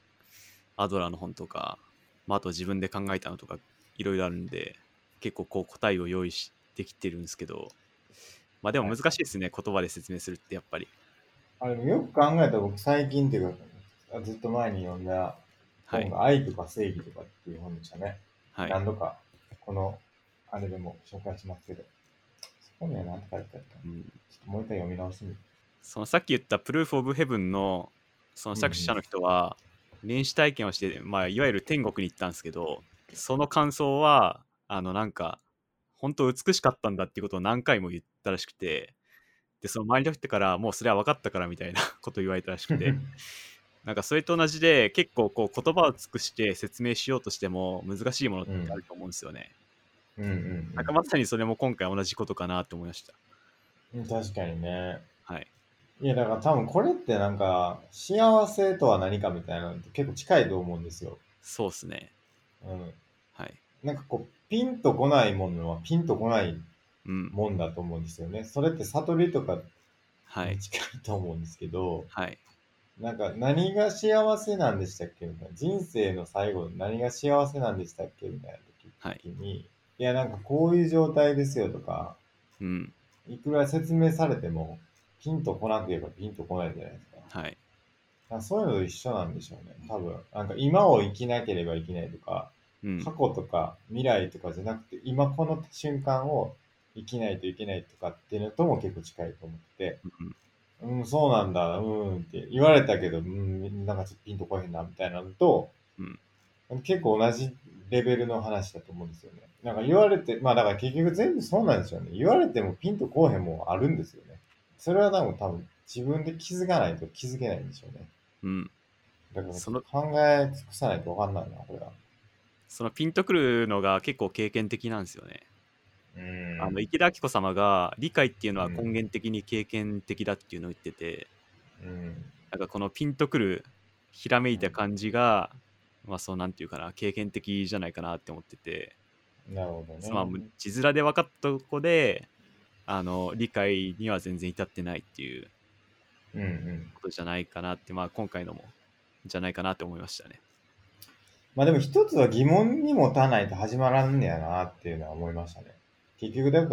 アドラーの本とか、まあ、あと自分で考えたのとかいろいろあるんで、結構こう答えを用意してきてるんですけど、まあでもはい。 難しいですね、言葉で説明するってやっぱり。 あれ、よく考えたら僕最近っていうか、ずっと前に読んだはい本が愛とか正義とかっていう本でしたね。 はい。 何度か、この、あれでも紹介しますけど、そこには何て書いてあったの？ うん、 ちょっともう一回読み直してみる。 そのさっき言ったプルーフ・オブ・ヘブンのそのうんうん。 作者の人は臨死体験をして、まあ、いわゆる天国に行ったんですけど、その感想はあのなんか本当美しかったんだっていうことを何回も言ったらしくて、でその周りの人からもうそれは分かったからみたいなことを言われたらしくて、なんかそれと同じで結構こう言葉を尽くして説明しようとしても難しいものってあると思うんですよね。 うんうんなんかまさにそれも今回同じことかなと思いました。 うん。確かにね。 はい。 いや、だから多分これってなんか、幸せとは何かみたいなのって結構近いと思うんですよ。 そうっすね。 うん。 はい。 なんかこう、ピンとこないものはピンとこないうん。 もんだと思うんですよね。それって悟りとかはい。 に近いと思うんですけど、 はい。 なんか何が幸せなんでしたっけみたいな。人生の最後に何が幸せなんでしたっけみたいなはい。 時に、いやなんかこういう状態ですよとか、 うん。 いくら説明されても、ピンとこなければピンとこないじゃないですか。 はい。 なんかそういうのと一緒なんでしょうね。多分。なんか今を生きなければいけないとか、 うん。 過去とか未来とかじゃなくて、今この瞬間を生きないといけないとかっていうのとも結構近いと思ってて、 うん。 うん、そうなんだ、うんって言われたけど、うん、なんかちょっとピンとこへんな、みたいなのと、 うん。 結構同じレベルの話だと思うんですよね。なんか言われて、まあだから結局全部そうなんですよね。言われてもピンとこうへんもあるんですよね。それは多分多分自分で気づかないと気づけないんでしょうね。 うん。 だからちその、 ょっと考え尽くさないとわかんないな、これは。 そのピンとくるのが結構経験的なんですよね。 うーあのん。 池田明子様が理解っていうのは根うん。 源的に経験的だっていうのを言ってて、 うん。 なんかこのピンとくるひらめいうん。 た感じが、まあそうなんていうかな、経験的じゃないかなって思ってて、 なるほどそのね。 まあ字面で分かったとこで、あの理解には全然至ってないっていううんうん。 ことじゃないかなって、まあ今回のもじゃないかなって思いましたね。 まあでも一つは疑問に持たないと始まらんねやなっていうのは思いましたね。結局だから、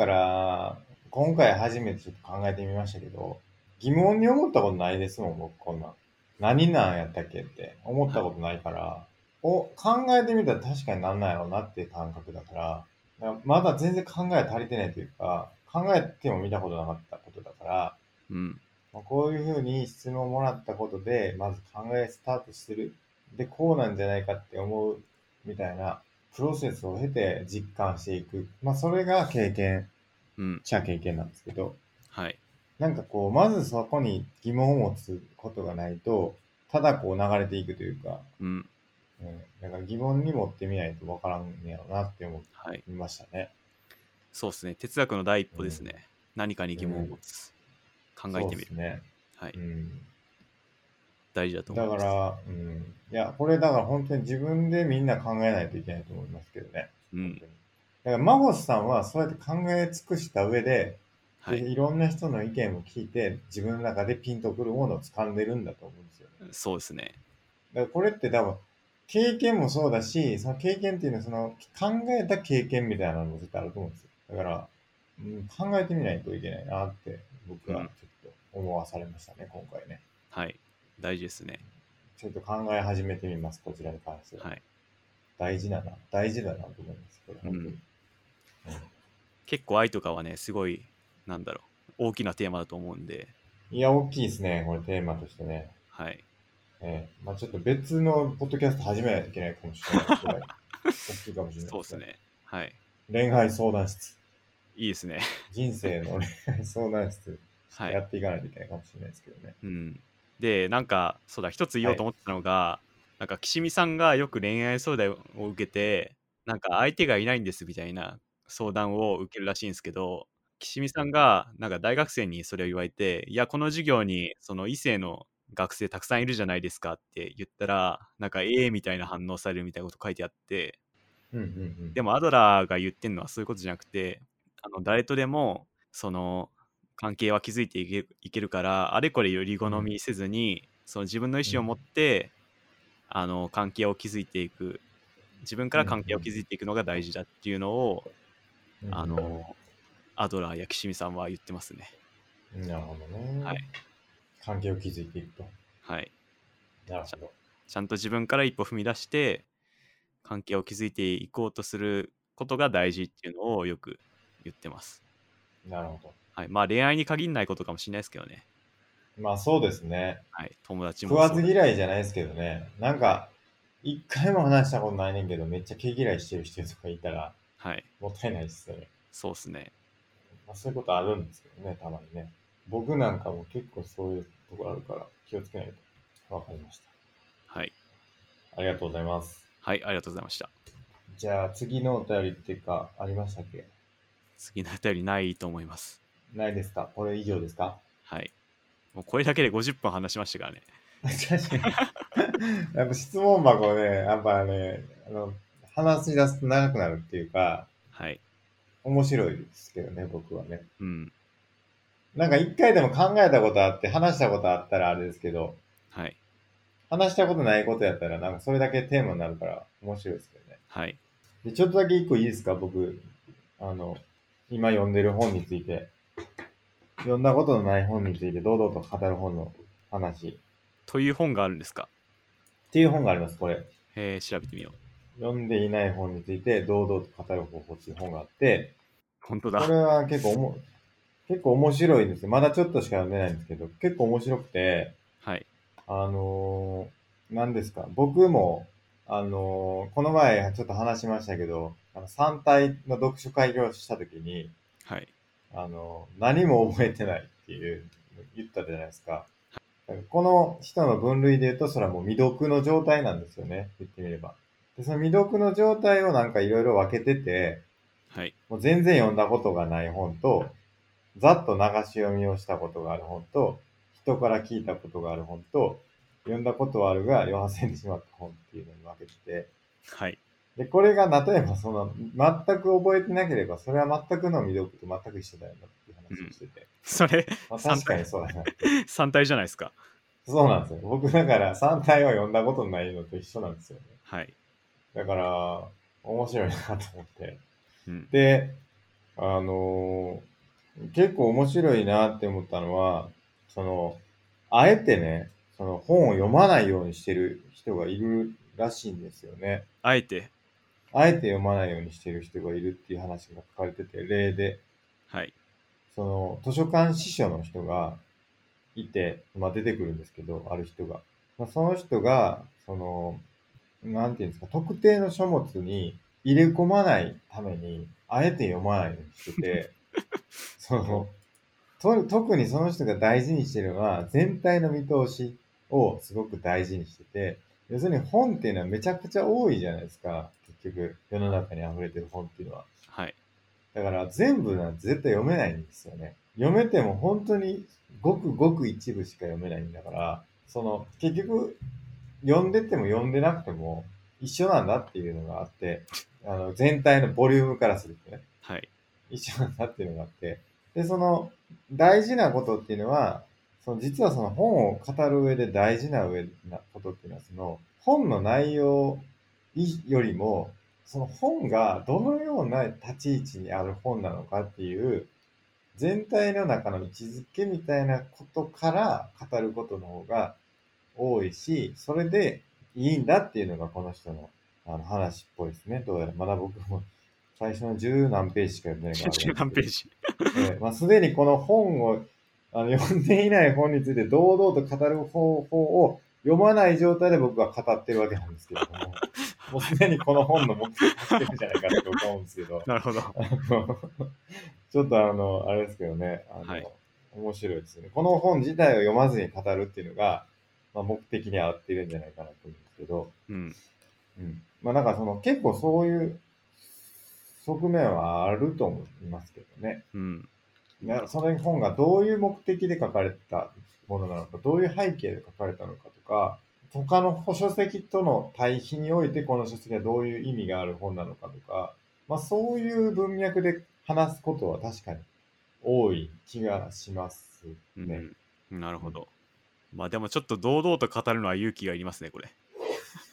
今回初めてちょっと考えてみましたけど、疑問に思ったことないですもん、僕こんなん。何なんやったっけって思っはい。 たことないから、お、考えてみたら確かになんなんやろうなっていう感覚だから、だからまだ全然考え足りてないというか、考えても見たことなかったことだから、 うん。 まあ、こういうふうに質問をもらったことで、まず考えスタートする。で、こうなんじゃないかって思うみたいなプロセスを経て実感していく。まあ、それが経験、 うん。 ちゃ経験なんですけど、 はい。 なんかこう、まずそこに疑問を持つことがないと、ただこう流れていくというか、 うん。 うん、だから疑問に持ってみないとわからんねやろうなって思はい。 いましたね。 そうですね。哲学の第一うん。 歩ですね。何かに疑問をうん。 持つ。考えそうてみる。 ですね。 はい。 うん。 大事だと思います。 だから、うん。いや、これだから本当に自分でみんな考えないといけないと思いますけどね。 うん。 本当に。だから、マホスさんはそうやって考え尽くした上で、で、 はい。 いろんな人の意見を聞いて、自分の中でピンとくるものを掴んでるんだと思うんですよね。 そうですね。 だからこれって多分、経験もそうだし、その経験っていうのはその考えた経験みたいなのも絶対あると思うんですよ。だから、うん、考えてみないといけないなって僕はうん。 ちょっと思わされましたね、今回ね。 はい。大事ですね。 ちょっと考え始めてみます、こちらに関しては。 はい。 大事だな、大事だなと思います、これ、本当に。 うん。結構愛とかはね、すごい、なんだろう、大きなテーマだと思うんで、 いや、大きいですね、これテーマとしてね。 はい。 ええまあちょっと別のポッドキャスト始めないといけないかもしれないぐらい、大きいかもしれないですね。 そうですね。はい。 恋愛相談室。 いいですね。 人生の恋愛相談室、ちょっはい。 とやっていかないといけないかもしれないですけどね。 うん。で、なんか、そうだ、一つ言おはい。 うと思ってたのが、なんか、岸見さんがよく恋愛相談を受けて、なんか、相手がいないんですみたいな相談を受けるらしいんですけど、岸見さんが、なんか、大学生にそれを言われて、いや、この授業に、その異性の学生たくさんいるじゃないですかって言ったら、なんか、ええみたいな反応されるみたいなこと書いてあって、 うんうんうん。 でも、アドラーが言ってるのはそういうことじゃなくて、あの誰とでも、その、関係は築いていけいけるから、あれこれより好うんみせずに、その自分の意思を持っうんて、 あの関係を築いていく、自分から関係を築いていくのが大事だっていうのを、 うんうん、 あのアドラーや岸見さんは言ってますね。 なるほどね。 はい。 関係を築いていくと。 はい。 なるほど。 ちゃんと自分から一歩踏み出して関係を築いていこうとすることが大事っていうのをよく言ってます。 なるほど。 はい。まあ恋愛に限らないことかもしれないですけどね。 まあそうですね。 はい。友達食わずもそうだし。 嫌いじゃないですけどね。なんか、一回も話したことないねんけど、めっちゃ毛嫌いしてる人とかいたら、 はい。 もったいないですよね。 そうですね。 まあ、そういうことあるんですけどね、たまにね。僕なんかも結構そういうところあるから気をつけないと。わかりました。 はい。 ありがとうございます。 はい。ありがとうございました。 じゃあ次のお便りっていうか、ありましたっけ？ 次のあたりないと思います。 ないですか？これ以上ですか？ はい。もうこれだけでごじゅっぷん話しましたからね。 確かに。やっぱ質問箱ね、やっぱね、あの、話し出すと長くなるっていうか、 はい。 面白いですけどね、僕はね。 うん。 なんか一回でも考えたことあって、話したことあったらあれですけど、 はい。 話したことないことやったら、なんかそれだけテーマになるから面白いですけどね。 はい。 で、ちょっとだけ一個いいですか？僕、あの、今読んでる本について、読んだことのない本について堂々と語る本の話。 という本があるんですか？ っていう本があります、これ。 えー、調べてみよう。 読んでいない本について堂々と語る方法っていう本があって、 本当だ。 これは結構おも、結構面白いんですよ。まだちょっとしか読んでないんですけど、結構面白くて、 はい。 あのー、何ですか。僕も、あのー、この前ちょっと話しましたけど、あの、さん体の読書会をしたときに、 はい。 あのー、何も覚えてないっていう、言ったじゃないですか。この人の分類で言うと、それはもう未読の状態なんですよね。言ってみれば。で、その未読の状態をなんかいろいろ分けてて、 はい。 もう全然読んだことがない本と、ざっと流し読みをしたことがある本と、人から聞いたことがある本と、読んだことはあるが読ませてしまった本っていうのに分けてて、 はい。 で、これが例えばその、全く覚えてなければ、それは全くの未読と全く一緒だよなっていう話をしてて。 それ、 まあ 3 確かに体、 そうだな。 さん体じゃないですか。 そうなんですよ。僕だからさん体は読んだことないのと一緒なんですよね。 はい。 だから、面白いなと思って。 うん。 で、あのー結構面白いなって思ったのは、その、あえてね、その本を読まないようにしてる人がいるらしいんですよね。 あえて、 あえて読まないようにしてる人がいるっていう話が書かれてて、例で、 はい。 その、図書館司書の人がいて、まあ出てくるんですけど、ある人が。まあ、その人が、その、なんていうんですか、特定の書物に入れ込まないために、あえて読まないようにしてて、その、と特にその人が大事にしてるのは、全体の見通しをすごく大事にしてて、要するに本っていうのはめちゃくちゃ多いじゃないですか。結局、世の中に溢れてる本っていうのは。 はい。 だから全部なんて絶対読めないんですよね。読めても本当にごくごく一部しか読めないんだから、その、結局、読んでても読んでなくても一緒なんだっていうのがあって、あの、全体のボリュームからするとね。 はい。 一緒なんだっていうのがあって、で、その大事なことっていうのは、その実はその本を語る上で大事な上なことっていうのは、その本の内容よりも、その本がどのような立ち位置にある本なのかっていう、全体の中の位置づけみたいなことから語ることの方が多いし、それでいいんだっていうのがこの人のあの話っぽいですね。どうやらまだ僕も最初の十何ページしか読んでないからあれなんですけど。 何ページ。 えーまあ、すでにこの本をあの読んでいない本について堂々と語る方法を読まない状態で僕は語ってるわけなんですけれども、もうすでにこの本の目的をしてるんじゃないかって僕は思うんですけど、 なるほど。 あのちょっとあの、あれですけどね、あの、 はい。 面白いですよね。この本自体を読まずに語るっていうのが、まあ、目的に合ってるんじゃないかなと思うんですけど、 うん。 うん。まあなんかその結構そういう側面はあると思いますけどね。 うん。なるなその本がどういう目的で書かれたものなのか、どういう背景で書かれたのかとか、他の書籍との対比においてこの書籍がどういう意味がある本なのかとか、まあそういう文脈で話すことは確かに多い気がしますうね。 ん。なるうん、 ほど。まあでもちょっと堂々と語るのは勇気がいりますね、これ。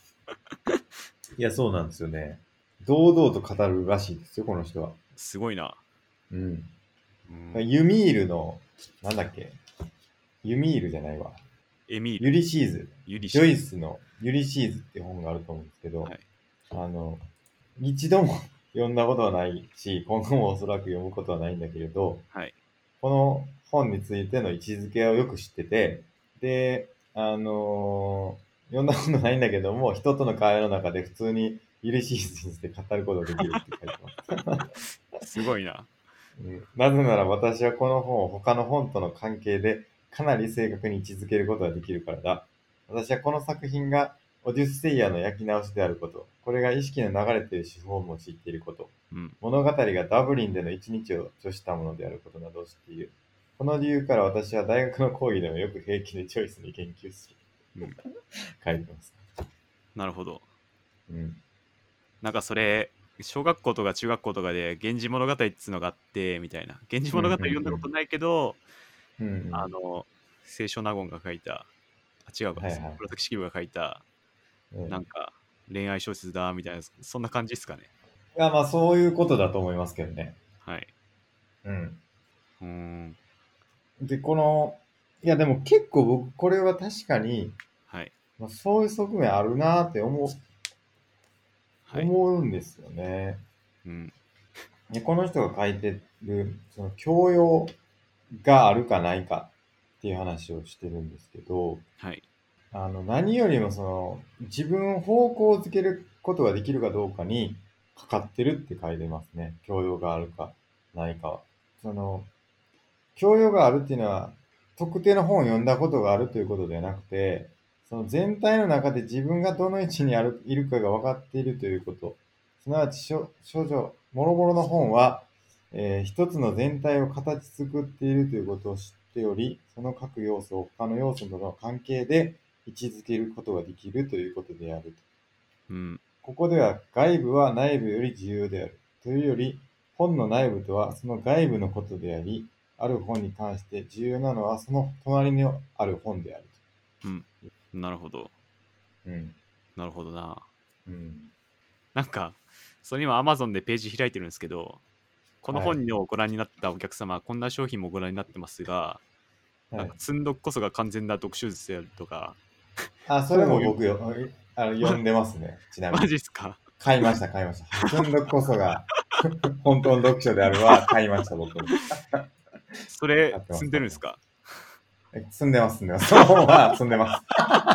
いや、そうなんですよね。堂々と語るらしいですよ、この人は。 すごいな。 うん。 うん、 ユミールの、なんだっけユミールじゃないわ。 エミール、 ユリシーズ。ジョイユリシーズ。 スのユリシーズっていう本があると思うんですけど、 はい。 あの、一度も読んだことはないし、今後もおそらく読むことはないんだけれど、 はい。 この本についての位置づけをよく知ってて、で、あのー読んだことないんだけども、人との会話の中で普通にユリシーズにして語ることができるって書いてます。 すごいな。 うん、なぜなら私はこの本を他の本との関係でかなり正確に位置づけることができるからだ。私はこの作品がオデュッセイアの焼き直しであること、これが意識の流れている手法も知っていること、 うん。 物語がダブリンでの一日を除したものであることなどを知っている。この理由から私は大学の講義でもよく平気でチョイスに研究する。 うん。 書いてます。 なるほど。 うん。 なんかそれ、小学校とか中学校とかで源氏物語っていうのがあってみたいな。源氏うん、うん、 物語読んだことないけど、 うん。うん、うん。 あの、清少納言が書いた、あ、違うか、 はいはい。 紫式部が書いた、 うん、いなんか恋愛小説だみたいな、そんな感じですかね。 や、まあそういうことだと思いますけどね。 はい。 うん。 うーん。 で、この、いやでも結構僕、これは確かに、 はい。 まあ、そういう側面あるなーって思う、 はい。 思うんですよね。 うん。 で、この人が書いてる、その教養があるかないかっていう話をしてるんですけど、 はい。 あの、何よりもその、自分を方向づけることができるかどうかにかかってるって書いてますね。教養があるかないかは。その、教養があるっていうのは、特定の本を読んだことがあるということではなくて、その全体の中で自分がどの位置にあるいるかが分かっているということ。すなわち、少女、もろもろの本は、えー一つの全体を形作っているということを知っており、その各要素を他の要素との関係で位置づけることができるということであると。 うん。 ここでは外部は内部より重要である。というより、本の内部とはその外部のことであり、ある本に関して重要なのはその隣にある本であるうん。なるほど。 と。うん。 なるほどな。 うん。 なんか、それ今 Amazon でページ開いてるんですけど、このはい。 本をご覧になったお客様はこんな商品もご覧になってますが、なんかはい。 積んどくこそが完全な読書術であるとか、 あ、それ本を読も僕よ、あの、読んでますね。ちなみマに。 ジっすか？ 買いました、買いました。積んどくこそが本当の読書であるは買いました、僕も。 それ積ん買ってます、買ってます。 でるんですか？ え積んでます、積んでます。その本は積んでます。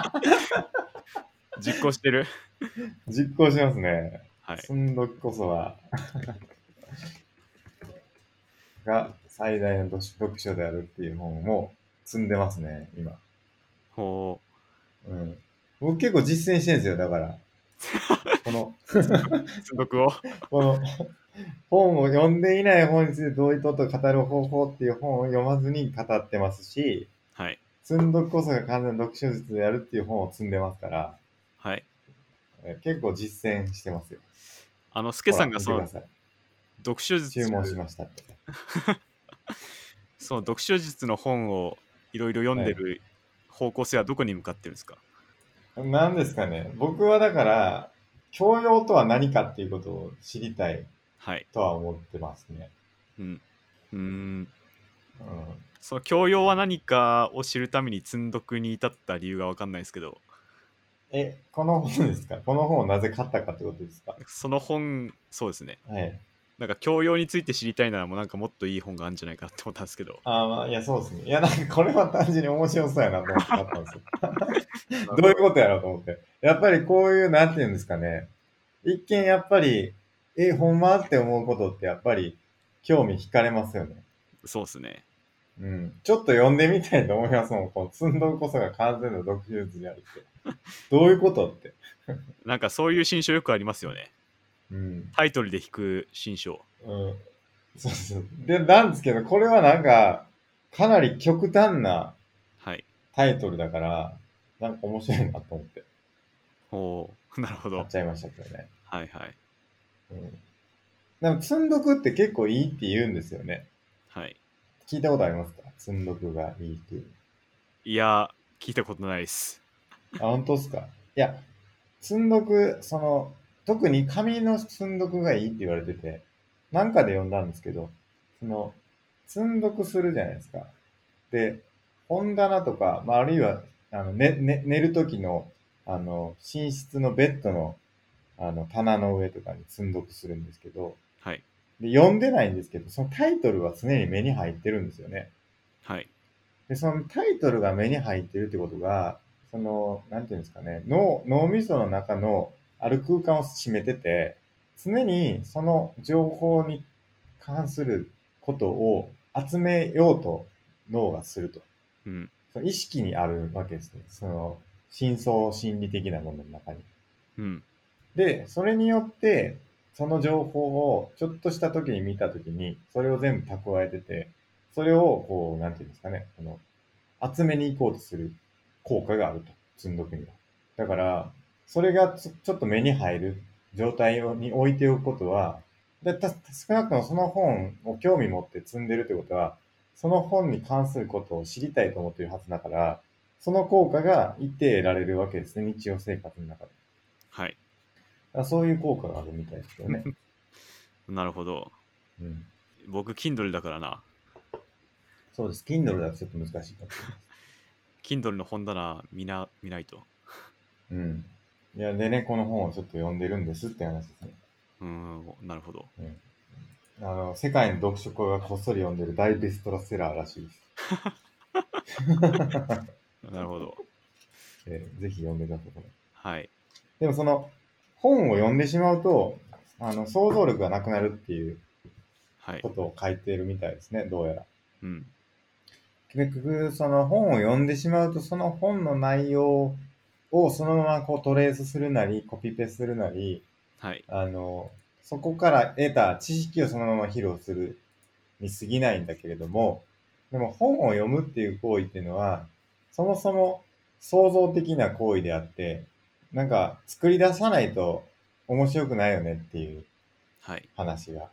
実行してる？ 実行しますね。 はい。 積んどくこそはが最大の読読書であるっていう本も積んでますね、今。 ほう。 うん。僕結構実践してるんですよ、だから。この積んどくを。 この本を読んでいない本についてどういうことを語る方法っていう本を読まずに語ってますし、 はい。 積んどくこそが完全な読書術であるっていう本を積んでますから、 はい。 え結構実践してますよ。 あの、スケほら、 さんがその見てください。 読書術、 注文しましたって。 その読書術の本をいろいろ読んはい。 でる方向性はどこに向かってるんですか？ 何ですかね。僕はだから、教養とは何かっていうことを知りたいはい。 とは思ってますね。 うん。うーん。 うん。 その教養は何かを知るために積んどくに至った理由が分かんないですけど、 え、この本ですか？この本をなぜ買ったかってことですか？ その本、そうですね。 はい。 なんか教養について知りたいならもうなんかもっといい本があるんじゃないかって思ったんですけど。 あーまあ、いや、そうですね。いや、なんかこれは単純に面白そうやなと思って買ったんですよ。 なるほど。 どういうことやろうと思って。やっぱりこういう、なんていうんですかね。一見やっぱり、え、ほんまって思うことってやっぱり興味惹かれますよね。 そうですね。 うん。ちょっと読んでみたいと思いますもん。この積んどくこそが完全な読書術であるって。どういうことって。 なんかそういう新書よくありますよね。 うん。 タイトルで引く新書。 うん。そうそう。で、なんですけど、これはなんか、かなり極端なはい。 タイトルだから、なんか面白いなと思っておー、なるほど。 買っちゃいましたけどね。 はいはい。 うん。でも、積んどくって結構いいって言うんですよね。 はい。 聞いたことありますか？積んどくがいいっていう。 いや、聞いたことないです。 あ、本当ですか？いや、積んどく、その、 特に紙の積んどくがいいって言われてて、なんかで読んだんですけど、その、積んどくするじゃないですか。で、本棚とか、まあ、あるいは、あの、ね、ね、寝るときの、あの、寝室のベッドの、あの、棚の上とかに積んどくするんですけど、 はい。 で、読んでないんですけど、そのタイトルは常に目に入ってるんですよね。 はい。 で、そのタイトルが目に入ってるってことが、その、なんていうんですかね、脳、脳みその中のある空間を占めてて、常にその情報に関することを集めようと脳がすると。 うん。 その意識にあるわけですね。その、深層心理的なものの中に。 うん。 で、それによって、その情報をちょっとした時に見た時に、それを全部蓄えてて、それを、こう、なんていうんですかね、この、集めに行こうとする効果があると。積んどくには。だから、それがちょちょっと目に入る状態に置いておくことは、でた少なくともその本を興味持って積んでるってことは、その本に関することを知りたいと思っているはずだから、その効果が一定得られるわけですね、日常生活の中で。 はい。 あ、そういう効果があるみたいですよね。 なるほど。 うん。 僕、Kindle だからな。 そうです。Kindle だとちょっと難しいかもしれないです。 Kindle の本棚見な、見ないと。 うん。いや、でね、この本をちょっと読んでるんですって話ですね。 うーん、なるほど。 うん。あの、世界の読書家がこっそり読んでる大ベストセラーらしいです。 なるほど。 えーぜひ読んでください。これはい。 でもその、本を読んでしまうと、あの、想像力がなくなるっていうはい。 ことを書いているみたいですね、どうやら。 うん。 結局、その本を読んでしまうと、その本の内容をそのままこうトレースするなり、コピペするなり、 はい。 あの、そこから得た知識をそのまま披露するに過ぎないんだけれども、でも本を読むっていう行為っていうのは、そもそも創造的な行為であって、なんか作り出さないと面白くないよねっていうはい。 話があって、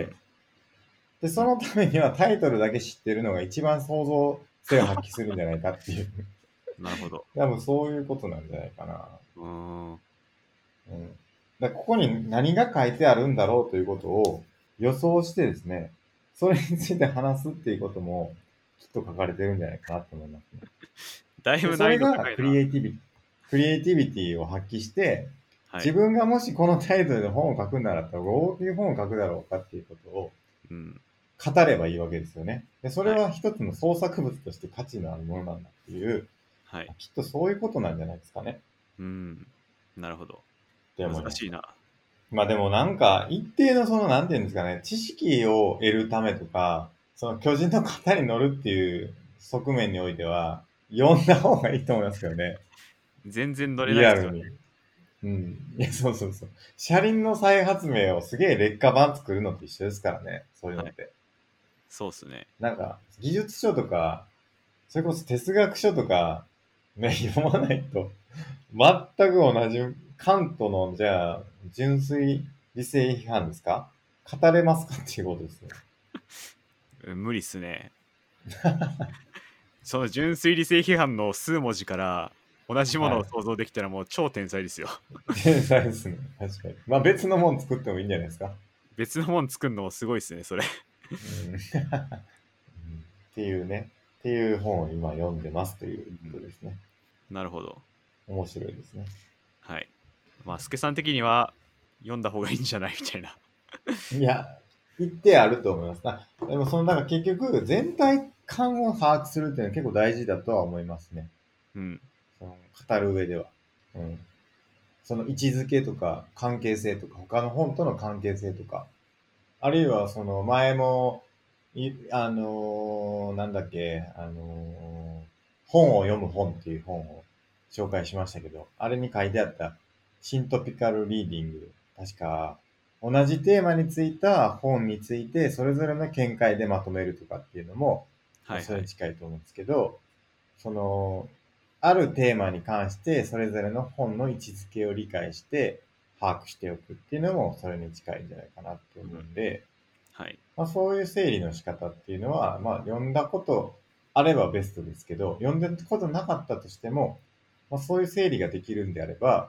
うん。 で、 うん。 そのためにはタイトルだけ知ってるのが一番創造性を発揮するんじゃないかっていう。 なるほど。 多分そういうことなんじゃないかな。 うーん。 うん。だからここに何が書いてあるんだろうということを予想してですね、それについて話すっていうこともきっと書かれてるんじゃないかなと思いますね。で、 だいぶ難易度それが高いな。 クリエイティビ、クリエイティビティを発揮して、 はい。 自分がもしこのタイトルで本を書くならったらどういう本を書くだろうかっていうことをうん。 語ればいいわけですよね。で、それはい。 は一つの創作物として価値のあるものなんだっていう、 はい。 きっとそういうことなんじゃないですかね。 うん。なるほど。 って思います。 難しいな。 まあでもなんか、一定のその、なんていうんですかね、知識を得るためとか、その巨人の型に乗るっていう側面においては、読んだ方がいいと思いますけどね。 全然乗れないですよね。 リアルに。うん。いや、そうそうそう。車輪の再発明をすげえ劣化版作るのと一緒ですからね。そういうはい。 のって。 そうっすね。 なんか、技術書とか、それこそ哲学書とか、ね、読まないと、全く同じ、カントの、じゃあ、純粋理性批判ですか？語れますかっていうことですよ。 うん無理っすね。その純粋理性批判の数文字から同じものをはい。 想像できたらもう超天才ですよ。 天才ですね。確かに。まあ別のもん作ってもいいんじゃないですか。 別のもん作るのもすごいっすね、それ。 うん。っていうね。っていう本を今読んでますといううん、 ことですね。 なるほど。 面白いですね。 はい。まあ、スケさん的には読んだ方がいいんじゃないみたいな。 いや、一定あると思います。あ、でもその、なんか結局、全体感を把握するっていうのは結構大事だとは思いますね。 うん。 その語る上では。うん。その位置づけとか関係性とか、他の本との関係性とか、あるいはその前も、いあのーなんだっけ、あのー本を読む本っていう本を紹介しましたけど、あれに書いてあったシントピカルリーディング、確か同じテーマについた本についてそれぞれの見解でまとめるとかっていうのも、まあ、それにはいはい。 近いと思うんですけど、その、あるテーマに関してそれぞれの本の位置づけを理解して把握しておくっていうのもそれに近いんじゃないかなって思うん。 うんで、 はい。 まあ、そういう整理の仕方っていうのは、まあ、読んだことあればベストですけど、読んだことなかったとしても、まあ、そういう整理ができるんであれば、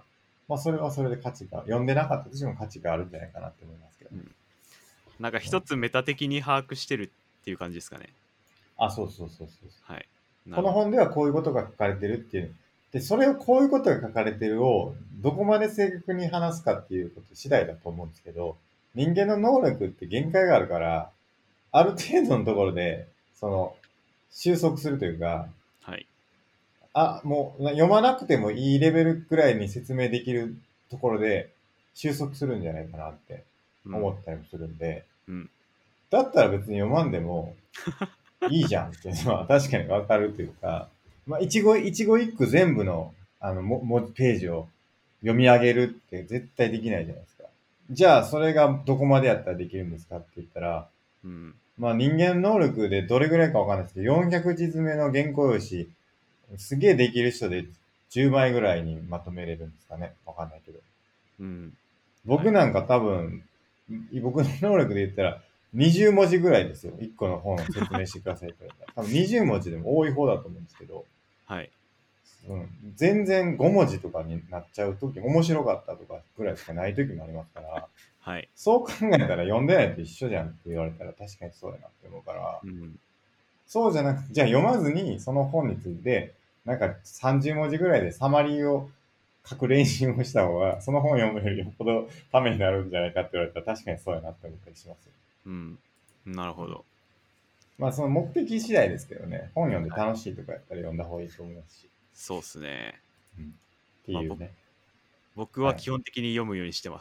まあそれはそれで価値が、読んでなかったとしても価値があるんじゃないかなって思いますけど。 うん、なんかうん、 一つメタ的に把握してるっていう感じですかね。 あ、そうそうそうそう。 はい。なこのるほど。 本ではこういうことが書かれてるっていう。で、それをこういうことが書かれてるをどこまで正確に話すかっていうこと次第だと思うんですけど、人間の能力って限界があるから、ある程度のところで、その、収束するというか、 はい。 あ、もう読まなくてもいいレベルくらいに説明できるところで収束するんじゃないかなってうん。 思ったりもするんで、 うん。 だったら別に読まんでもいいじゃんっていうのは確かにわかるというか、まあ、一語一語一句全部の、あの、も、もページを読み上げるって絶対できないじゃないですか。じゃあ、それがどこまでやったらできるんですかって言ったら、 うん。 まあ人間能力でどれぐらいかわかんないですけど、よんひゃくじつめの原稿用紙、すげえできる人でじゅうまいぐらいにまとめれるんですかね。わかんないけど。 うん。はい。 僕なんか多分、僕の能力で言ったら、にじゅう文字ぐらいですよ。いっこの本を説明してくださいって言われたら。多分にじゅう文字でも多い方だと思うんですけど、 はい。 うん、全然ご文字とかになっちゃうとき、面白かったとかぐらいしかないときもありますから、 はい。 そう考えたら読んでないと一緒じゃんって言われたら確かにそうやなって思うから、 うん。 そうじゃなくて、じゃあ読まずにその本について、なんかさんじゅう文字ぐらいでサマリーを書く練習をした方が、その本読むよりよっぽどためになるんじゃないかって言われたら確かにそうやなって思ったりしますよ。 うん。なるうん、 ほど。 まあその目的次第ですけどね、本読んではい。 楽しいとかやったら読んだ方がいいと思いますし。 そうっすね。 うん、ってまあ、僕いうね。 僕ははい。 基本的に読むようにしてます。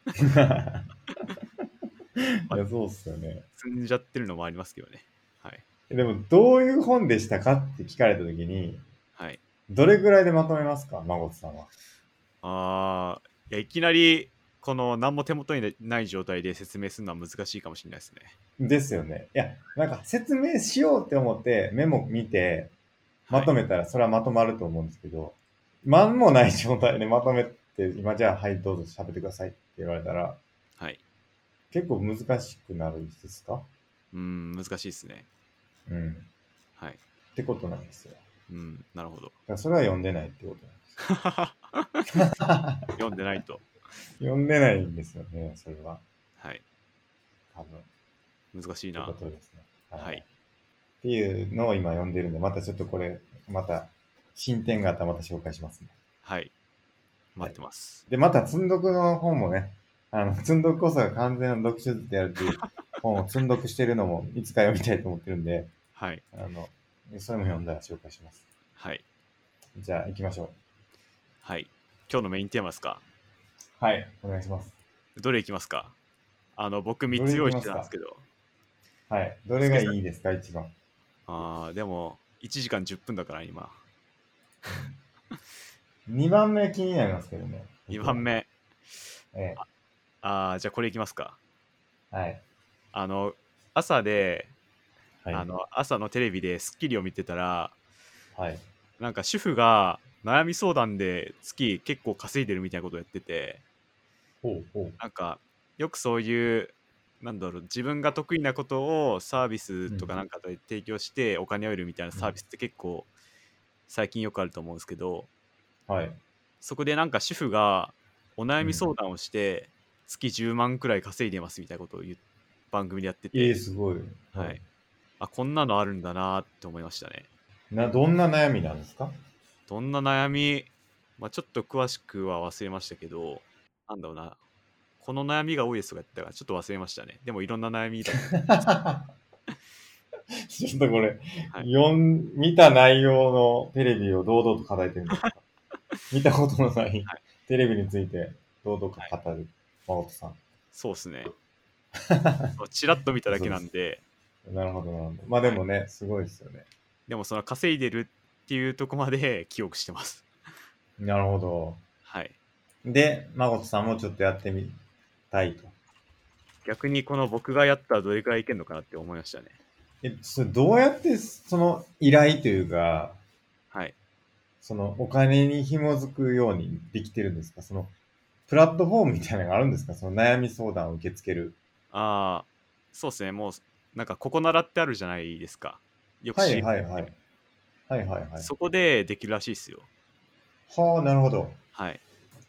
まあ、 いや、そうっすよね。 積んじゃってるのもありますけどね。はい。 でも、どういう本でしたかって聞かれたときに、 はい。 どれぐらいでまとめますか、孫さんは。 ああ、いや、いきなり、この何も手元にない状態で説明するのは難しいかもしれないですね。 ですよね。いや、なんか説明しようって思ってメモ見て、まはい。 とめたらそれはまとまると思うんですけど、なんもない状態でまとめて、今じゃあ、はい、どうぞ喋ってくださいって言われたら、 はい。 結構難しくなるんですか？ うーん、難しいですね。 うん。っはい。 てことなんですよ。だかうん、なるほど。 らそれは読んでないってことなんですよ。 読んでないと。 読んでないんですよね、それは。 はい。 多分。ってこ難しいな。 とですね。はい。 はい。 っていうのを今読んでるんで、またちょっとこれ、また進展があったらまた紹介しますね。 はい。待っはい。 てます。 で、また積んどくの本もね、あの、積んどくこそが完全な読書術であるという本を積んどくしてるのもいつか読みたいと思ってるんで、 はい。 あの、それも読んだら紹介します。 はい。 じゃあ行きましょう。 はい。今日のメインテーマですか？ はい、お願いします。 どれいきますか？あの、僕3 どれつ用意し行きますか？ てたんですけど、 はい。どれがスケさん、 いいですか、一番。 あー、でも、いちじかんじゅっぷんだから今。 にばんめ気になりますけどね、僕 2 は。 番目。 えあー、じゃあこれいきますか。 え、はい。 あの、朝で、 はい。 あの、朝のテレビでスッキリを見てたら、 はい。 なんか主婦が悩み相談で月結構稼いでるみたいなことをやってて、 ほうほう。 なんかよくそういうなんだろう、自分が得意なことをサービスうん。 とかなんかで提供してお金を得るみたいなうん。 サービスって結構最近よくあると思うんですけど、 はい。 そこでなんか主婦がお悩うん。 み相談をして月じゅうまんくらい稼いでますみたいなことを言う番組でやってええ、 て、 すごい。はい。 はい、あ、こんなのあるんだなって思いましたね。 な、どんな悩みなんですか？ どんな悩み、まあ、ちょっと詳しくは忘れましたけど、なんだろうな、この悩みが多いですとか言ったからちょっと忘れましたね。でもいろんな悩みだったと思います。 ちょっとこれ、 はい。 読ん、見た内容のテレビを堂々と語れてるんですか？見たことのないはい。 テレビについて堂々とはい。 語る、真帆さん。 そうですね。そうチラッと見ただけそうです。 なんで、 なるほど、なるほど。まあではい。 もね、すごいですよね。 でもその稼いでるっていうとこまで記憶してます。 なるほど。 はい。 で、真帆さんもちょっとやってみたいと。 逆にこの僕がやったらどれくらいいけるのかなって思いましたね。 え、それどうやってその依頼というか、 はい。 そのお金に紐づくようにできてるんですか？そのプラットフォームみたいなのがあるんですか？その悩み相談を受け付ける。 ああ、そうですね。もう、なんかここならってあるじゃないですか。よくはいシーエムはいはい。 で。 はいはいはい。 そこでできるらしいですよ。 はあ、なるほど。 はい。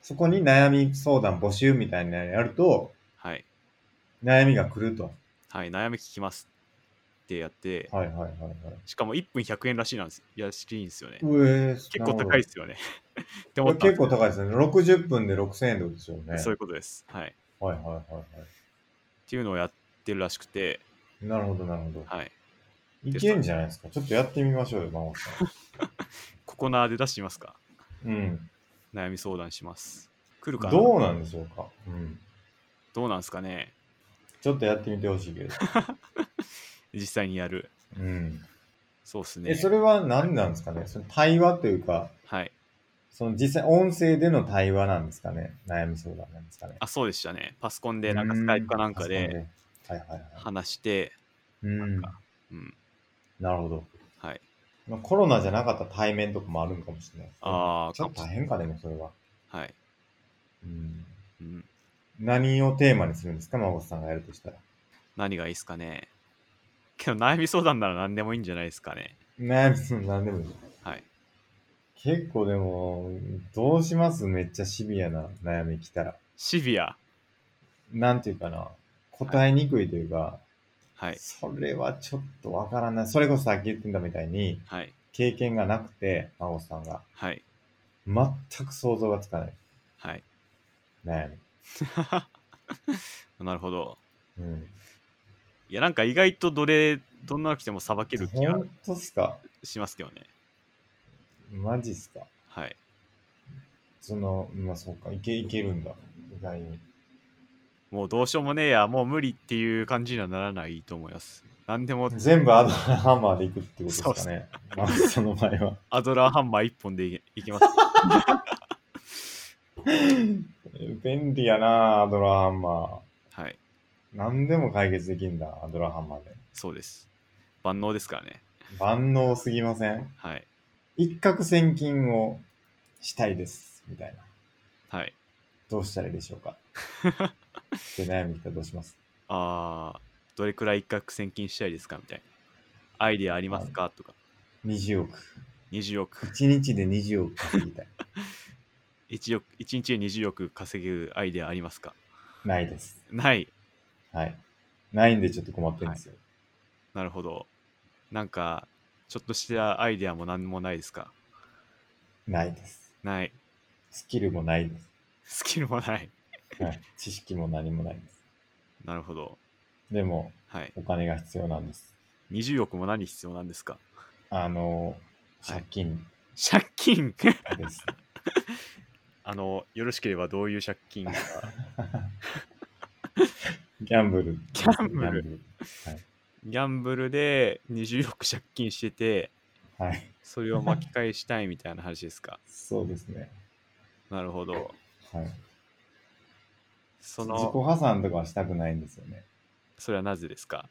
そこに悩み相談募集みたいなのやると、 はい。 悩みが来ると。 はい。悩み聞きますってやって、 はいはいはいはい。 しかもいっぷんひゃくえんらしいなんですらしいんですよね。 うえー、 結構なるほど。 高いですよね。ってこれ結思ったんですけ構高いですね。ろくじゅっぷんでろくせんえんってことですよど、そういね。 うことです。はい。っはいはいはいはていうのをやってるらしくて、 い。なるほどなるほど。 はい。 いで、そけんじゃないですか。ちょっとやってみましょうよ、真帆さここなーで出してみますか。 ん。うん。 悩み相談します。来るかな。 どうなんでしょうか。うん。 どうなんですかね。 ちょっとやってみてほしいけど。 実際にやる。 うん。え、 そうっすね。 それは何なんですかね。その対話というか、 はい。 その実際音声での対話なんですかね。悩み相談なんですかね。 あ、そうでしたね。パソコンうーでなんかスカイプん。 かなんかでパソコンで。はいはいはい。 話して、 うん。 うん。 なるほど。 はい。 まあ、コロナじゃなかった対面とかもあるんかもしれないですね。 ああ、 ちょっかもしれない。 と大変か、でもそれは。 はい。 うん。 うん。 何をテーマにするんですか、孫さんがやるとしたら。 何がいいですかね。けど悩み相談なら何でもいいんじゃないですかね。 悩み相談何でもいい。 はい。 結構でも、どうしますめっちゃシビアな悩み来たら。 シビア。 なんていうかな。 はい。 答えにくいというか、 はい。 それはちょっとわからない。それこそさっき言ってたみたいに、 はい。 経験がなくて、孫さんが。 はい。 全く想像がつかないはい。 悩み。 なるほど。 うん。 いや、なんか意外とどれ、どんなの来てもさばける気が本当っすか？ しますけどね。 マジっすか？ はい。 その、まあそうか、いけ、いけるんだ。意外に。 もうどうしようもねえや、もう無理っていう感じにはならないと思います。何でも、 全部アドラーハンマーでいくってことでそうっす。 すかね。まあ、その場合は。 アドラーハンマー一本でいいきます。 便利やな、アドラーハンマー。 はい。 何でも解決できんだ、アドラーハンマーで。 そうです。万能ですからね。 万能すぎません？ はい。 一攫千金をしたいです。みたいな。 はい。 どうしたらいいでしょうかって悩み来たらどうします？ あー、どれくらい一攫千金したいですかみたいな。アイデアありまあすかとか。 にじゅうおく。 にじゅうおく。 いちにちでにじゅうおく稼ぎたい。 いちおく、いちにちでにじゅうおく稼ぐアイデアありますか？ ないです。 ない。 はい。ないんでちょっと困ってるんはい。 ですよ。 なるほど。なんか、ちょっとしたアイデアも何もないですか？ ないです。 ない。 スキルもないです。 スキルもない。 はい。知識も何もないです。 なるほど。 でも、 はい。 お金が必要なんです。 にじゅうおくも何必要なんですか？ あの、 はい借金借金です。 あの、よろしければどういう借金がギャンブルギですね。 ャンブル。 ギャンブル。はい。 ギャンブルでにじゅうおく借金してて、 はい。 それを巻き返したいみたいな話ですか？ そうですね。 なるほど。 はい。 そ自己の、 破産とかはしたくないんですよね。 それはなぜですか？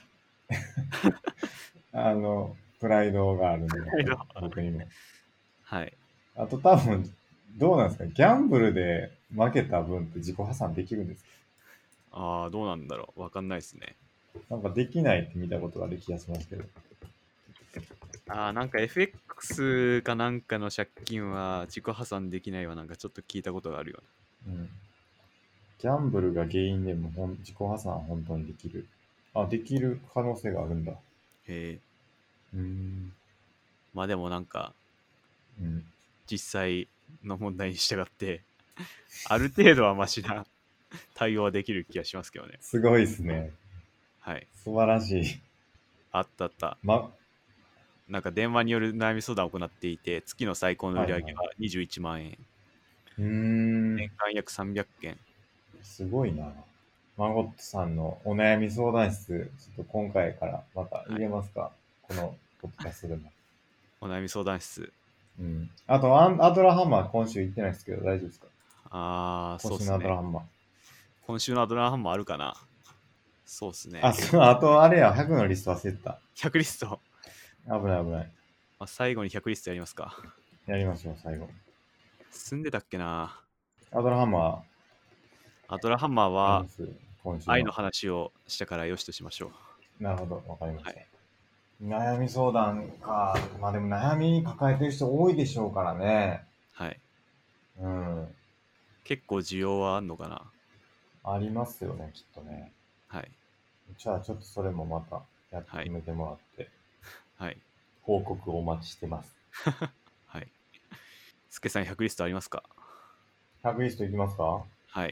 あの、プライドがあるんで、やっぱりはい僕にも。 はい。 あと多分、どうなんですか？ギャンブルで負けた分って自己破産できるんですか？ ああ、どうなんだろう。わかんないですね。 なんかできないって見たことがある気がしますけど。 ああ、なんか エフエックス かなんかの借金は自己破産できないはなんかちょっと聞いたことがあるようん。ギャンブルが原因でもほん自己破産は本当にできる。あ、できる可能性があるんだ。 な。へえ。 うーん。 まあでもなんかうん。 実際の問題に従ってある程度はマシな対応はできる気がしますけどね。 すごいですね。 はい。 素晴らしい。 あったあった。 ま、 なんか電話による悩み相談を行っていて、月の最高の売はいはい。 り上げはにじゅういちまん円。 うーん。 年間約さんびゃっけん。 すごいな。マゴットさんのお悩み相談室、ちょっと今回からまた入はい。 れますか？このポッドキャストでも。 お悩み相談室。 うん。あと、アンアドラハンマー今週行ってないですけど、大丈夫ですか？ ああ、そ今週のアドうっすね。 ラハンマー。 今週のアドラーハンもあるかな。そうっすあ、 ね。 そう、あと、あれや、ひゃくのリスト忘れてた。 ひゃくリスト。 危ない危ない。 まあ、最後にひゃくリストやりますか。 やりましょう、最後。 済んでたっけな。 アドラハンマアドラーハンマーー、ありはます今週愛のの。 話をしたからよしとしましょう。 なるほど、わかりました。 はい。 悩み相談か。まあでも悩み抱えてる人多いでしょうからね。 はい。 うん。 結構需要はあんのかな。 ありますよね、きっとね。 はい。 じゃあちょっとそれもまたやってはい。 決めてもらって、 はい。 報告をお待ちしてます。 はい。すけさんひゃくリストありますか？ ひゃくリストいきますか？ はい。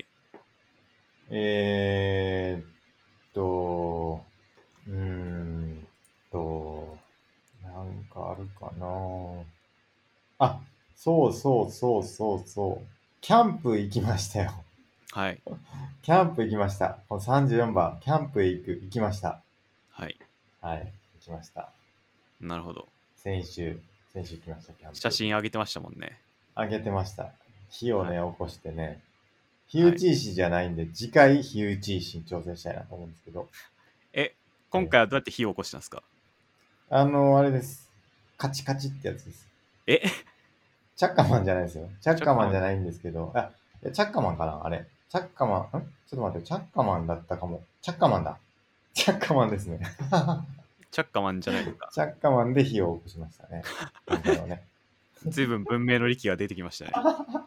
えーっと、うーんと、なんかあるかな。あ、そうそうそうそうそう。キャンプ行きましたよ。 はい。 キャンプ行きました。このさんじゅうよんばん、キャンプへ行く、行きました。 はい。 はい、行きました。 なるほど。 先週、先週行きました、キャン写プ。 真上げてましたもんね。 あげてました。火をね、 はい。 起こしてね、火はい。 打ち石じゃないんで、次回火打ち石に挑戦したいなと思うんですけど、 え、今え回はどうやって火を起こしたんですか？ あの、あれです。カチカチってやつです。 えチャッカマンじゃないですよ。チャッカチャッカマン。 マンじゃないんですけど、あ、いやチャッカマンかなあれ。チャッカマン、んちょっと待って、チャッカマンだったかも。チャッカマンだ。チャッカマンですね。 チャッカマンじゃないですか。 チャッカマンで火を起こしましたね。今回はね。 随分文明の利器が出てきましたね。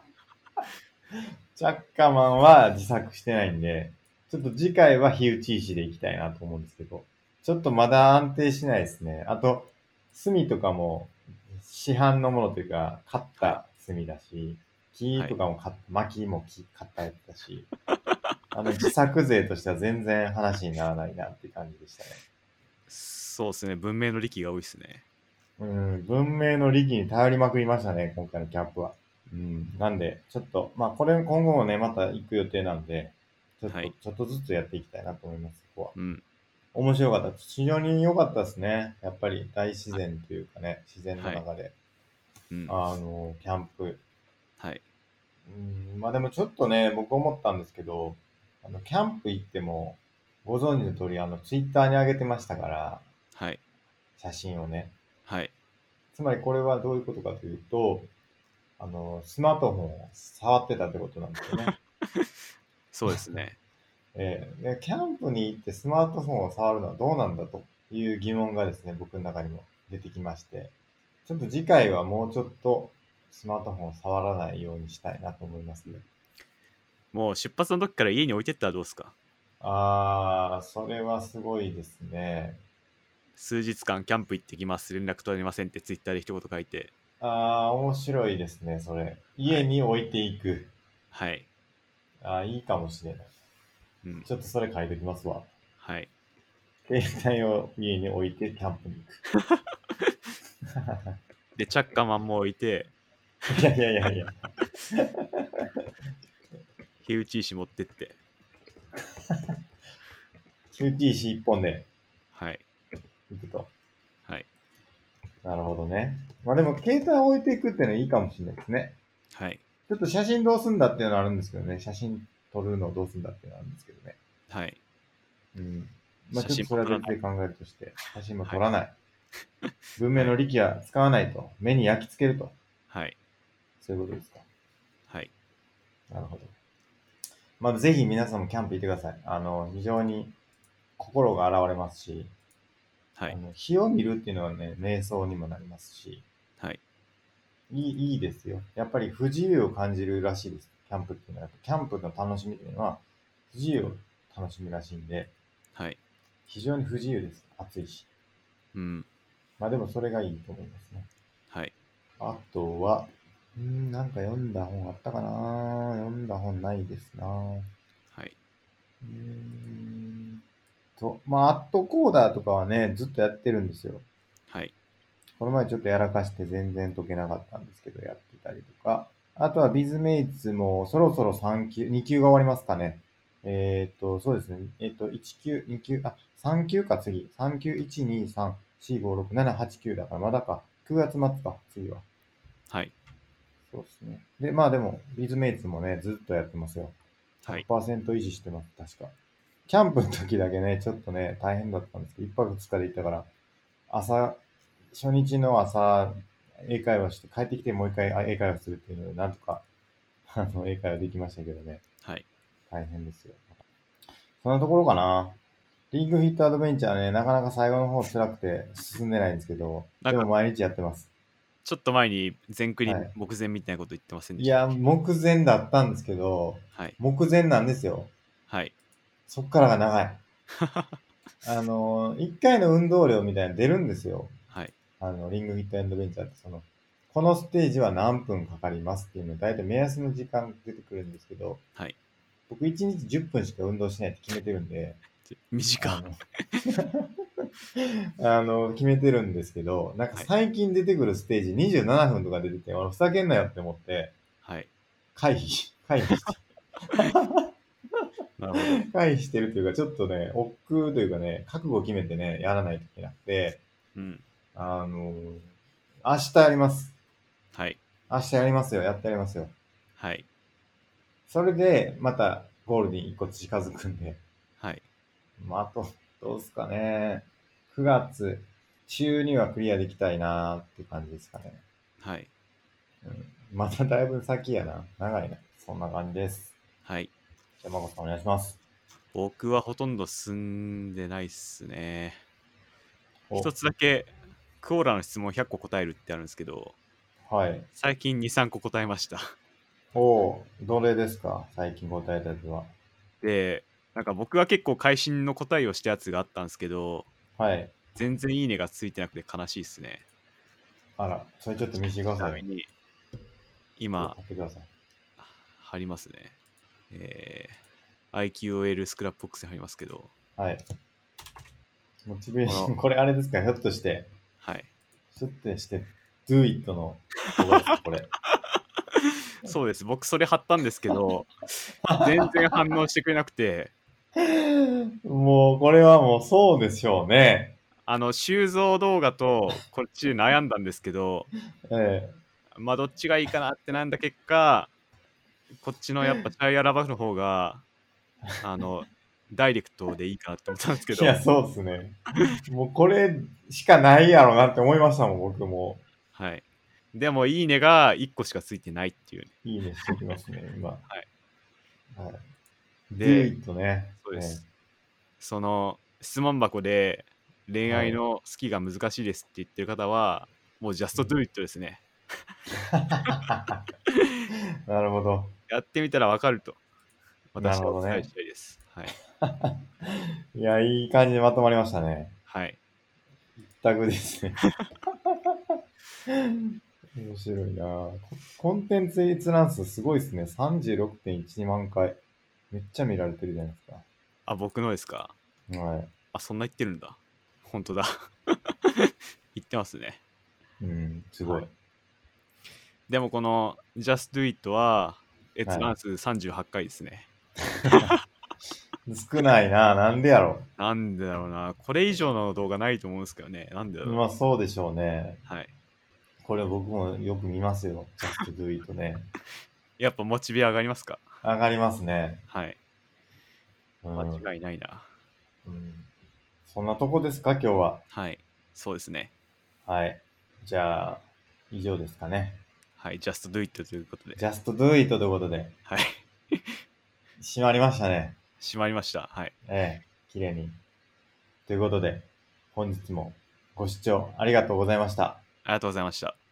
チャッカマンは自作してないんで、ちょっと次回は火打ち石でいきたいなと思うんですけど、ちょっとまだ安定しないですね。あと、炭とかも市販のものというか、買っはい。 た炭だし、木はい。 とかも買っ薪も木買ったやつだし、あの自作税としては全然話にならないなっていう感じでしたね。 そうですね。文明の利器が多いですね。 うん、文明の利器に頼りまくりましたね、今回のキャンプは。うん、なんで、ちょっと、まあこれ今後もね、また行く予定なんで、ちょっと、 はい。 ちょっとずつやっていきたいなと思います、ここは。 うん。 面白かった。非常に良かったですね。やっぱり大自然というかね、自然のはい。 中で、 うん。 あの、キャンプ。 はい。 うん、まあでもちょっとね、僕思ったんですけど、あの、キャンプ行っても、ご存知の通り、あの、ツイッターに上げてましたから、 はい。 写真をね。 はい。 つまりこれはどういうことかというと、あの、スマートフォンを触ってたってことなんですよね。 そうですね。 えーで、キャンプに行ってスマートフォンを触るのはどうなんだという疑問がですね、僕の中にも出てきまして、ちょっと次回はもうちょっとスマートフォンを触らないようにしたいなと思いますね。 もう出発の時から家に置いてったらどうですか？ あー、それはすごいですね。 数日間キャンプ行ってきます。連絡取れませんってツイッターで一言書いて。 あー、面白いですね、それ。 はい。 家に置いていく。 はい。 あー、いいかもしれない。 うん。 ちょっとそれ書いておきますわ。 はい。 携帯を家に置いてキャンプに行く。 で、チャッカマンも置いて、 いやいやいやいや。 火打ち石持ってって。 キューティーシー 一本ではい。 行くと。 はい。 なるほどね。まあでも、携帯を置いていくっていうのはいいかもしれないですね。 はい。 ちょっと写真どうすんだっていうのはあるんですけどね。写真撮るのをどうすんだっていうのはあるんですけどね。 はい。 うん。まあ写ちょっとそれは真も撮らない。 別で考えるとして、写真もはい。 撮らない。文明はい。 の利器は使わないと。目に焼き付けると。 はい。 そういうことですか。 はい。 なるほど。まあぜひ皆さんもキャンプ行ってください。あの、非常に心が洗われますし、 はい。 あの、火を見るっていうのはね、瞑想にもなりますし、 はい。 いい、いいですよ。やっぱり不自由を感じるらしいです。キャンプっていうのは。キャンプの楽しみっていうのは、不自由を楽しむらしいんで、 はい。 非常に不自由です。暑いし。 うん。 まあでもそれがいいと思いますね。 はい。 あとは、うーん、なんか読んだ本あったかな。読んだ本ないですな。うはい。 ーんと、まあ、アットコーダーとかはね、ずっとやってるんですよ。 はい。 この前ちょっとやらかして全然解けなかったんですけど、やってたりとか。あとはビズメイツもそろそろさん級、に級が終わりますかね。えっと、そうですね。えっと、いち級、に級、あ、さん級か次。さん級、いち、に、さん、よん、ご、ろく、なな、はち、きゅうだからまだか。くがつ末か、次は。 はい。 そうですね。で、まあでも、ビズメイツもね、ずっとやってますよ。 はい。 ひゃくパーセント維持してます、確か。キャンプの時だけね、ちょっとね、大変だったんですけど、いっぱくふつかで行ったから、朝、初日の朝、英会話して、帰ってきてもう一回あ英会話するっていうので、なんとか、あの、英会話できましたけどね。 はい。 大変ですよ。そんなところかな。リングフィットアドベンチャーね、なかなか最後の方辛くて進んでないんですけど、 なんか、 でも毎日やってます。 ちょっと前に全クリはい目前みたいなこと言ってませんでした？ いや、目前だったんですけど、 はい。 目前なんですよ。 はい。 そっからが長い。あの、いっかいの運動量みたいなの出るんですよ。 はい。 あの、リングフィットエンドベンチャーって、その、このステージは何分かかりますっていうの、だいたい目安の時間出てくるんですけど、 はい。 僕いちにちじゅっぷんしか運動しないって決めてるんで、 短っ。 あの、あの、決めてるんですけど、なんかはい。 最近出てくるステージにじゅうななふんとか出てて、俺ふざけんなよって思って、 はい。 回避、回避して、 なるほど。 回避してるというか、ちょっとね、億劫というかね、覚悟を決めてね、やらないといけなくて、 うん。 あの、明日やります。 はい。 明日やりますよ。やってやりますよ。 はい。 それで、またゴールに一個近づくんで、 はい。 まあ、あと、どうすかね。くがつ中にはクリアできたいなーって感じですかね。 はい。 うん、まただいぶ先やな。長いな。そんな感じです。 はい。 じゃあ、まこさんお願いします。 僕はほとんど進んでないっすね。 お、 一つだけクオーラの質問ひゃっこ答えるってあるんですけど、 はい。 最近に、さんこ答えました。 お、どれですか最近答えたやつは。 で、なんか僕は結構会心の答えをしたやつがあったんですけど、 はい。 全然いいねがついてなくて悲しいっすね。 あら、それちょっと見せてくださいよ。 ちなみに、 ちょっ今と、貼ってください。 貼りますね。えー、アイキューオーエル スクラップボックスに貼りますけど、 はい。モチベーこの、 ション、これあれですかひょっとして、 はい。 シュッてして、do it の動画ですかこれ。 そうです。僕それ貼ったんですけど、全然反応してくれなくて、 もう、これはもうそうでしょうね。 あの、修造動画とこっちで悩んだんですけど、 えまあどっちがいいかなって悩んだ結果、こっちのやっぱチャイアラバフの方が、あの、ダイレクトでいいかなって思ったんですけえ。いや、 ど、 そうっすね。もうこれしかないやろなって思いましたもん、僕も。 はい。でも、いいねがいっこしかついてないっていうね。 いいねしときますね、今。 はい。 はい。do で、 it ね。えそうです。その質問箱で恋え、はい。 愛の好きが難しいですって言ってる方は、もう just うん do it ですね。 なるほど。 やってみたらわかると、 なる私はお伝えほどね。 したいです。はい。 いや、いい感じにまとまりましたね。 はい。 タグですね。面白いなぁココンテンツ閲覧数すごいですね。さんじゅうろくてんいちにまん回。めっちゃ見られてるじゃないですあ、僕のですか？ か。はい。 あ、そんな言ってるんだ。本当だ。言ってますね。 うん、すごい。 はい。でもこの just do it ははい。 閲覧数さんじゅうはちかいですね。 少ないなぁなんでやろ。 なんでだろうな。これ以上の動画ないと思うんですけどね。なんでだろう。 まあそうでしょうね。 はい。 これ僕もよく見ますよ。just do it ね。 やっぱモチベ上がりますか？ 上がりますね。 はい。 うん。 間違いないな。 うん、そんなとこですか、今日は。 はい。そうですね。 はい。じゃあ、以上ですかね。 はい。just do it ということで。 just do it ということで、 はい。 締まりましたね。 閉まりました。はい。 ええ、綺麗に。ということで、本日もご視聴ありがとうございました。 ありがとうございました。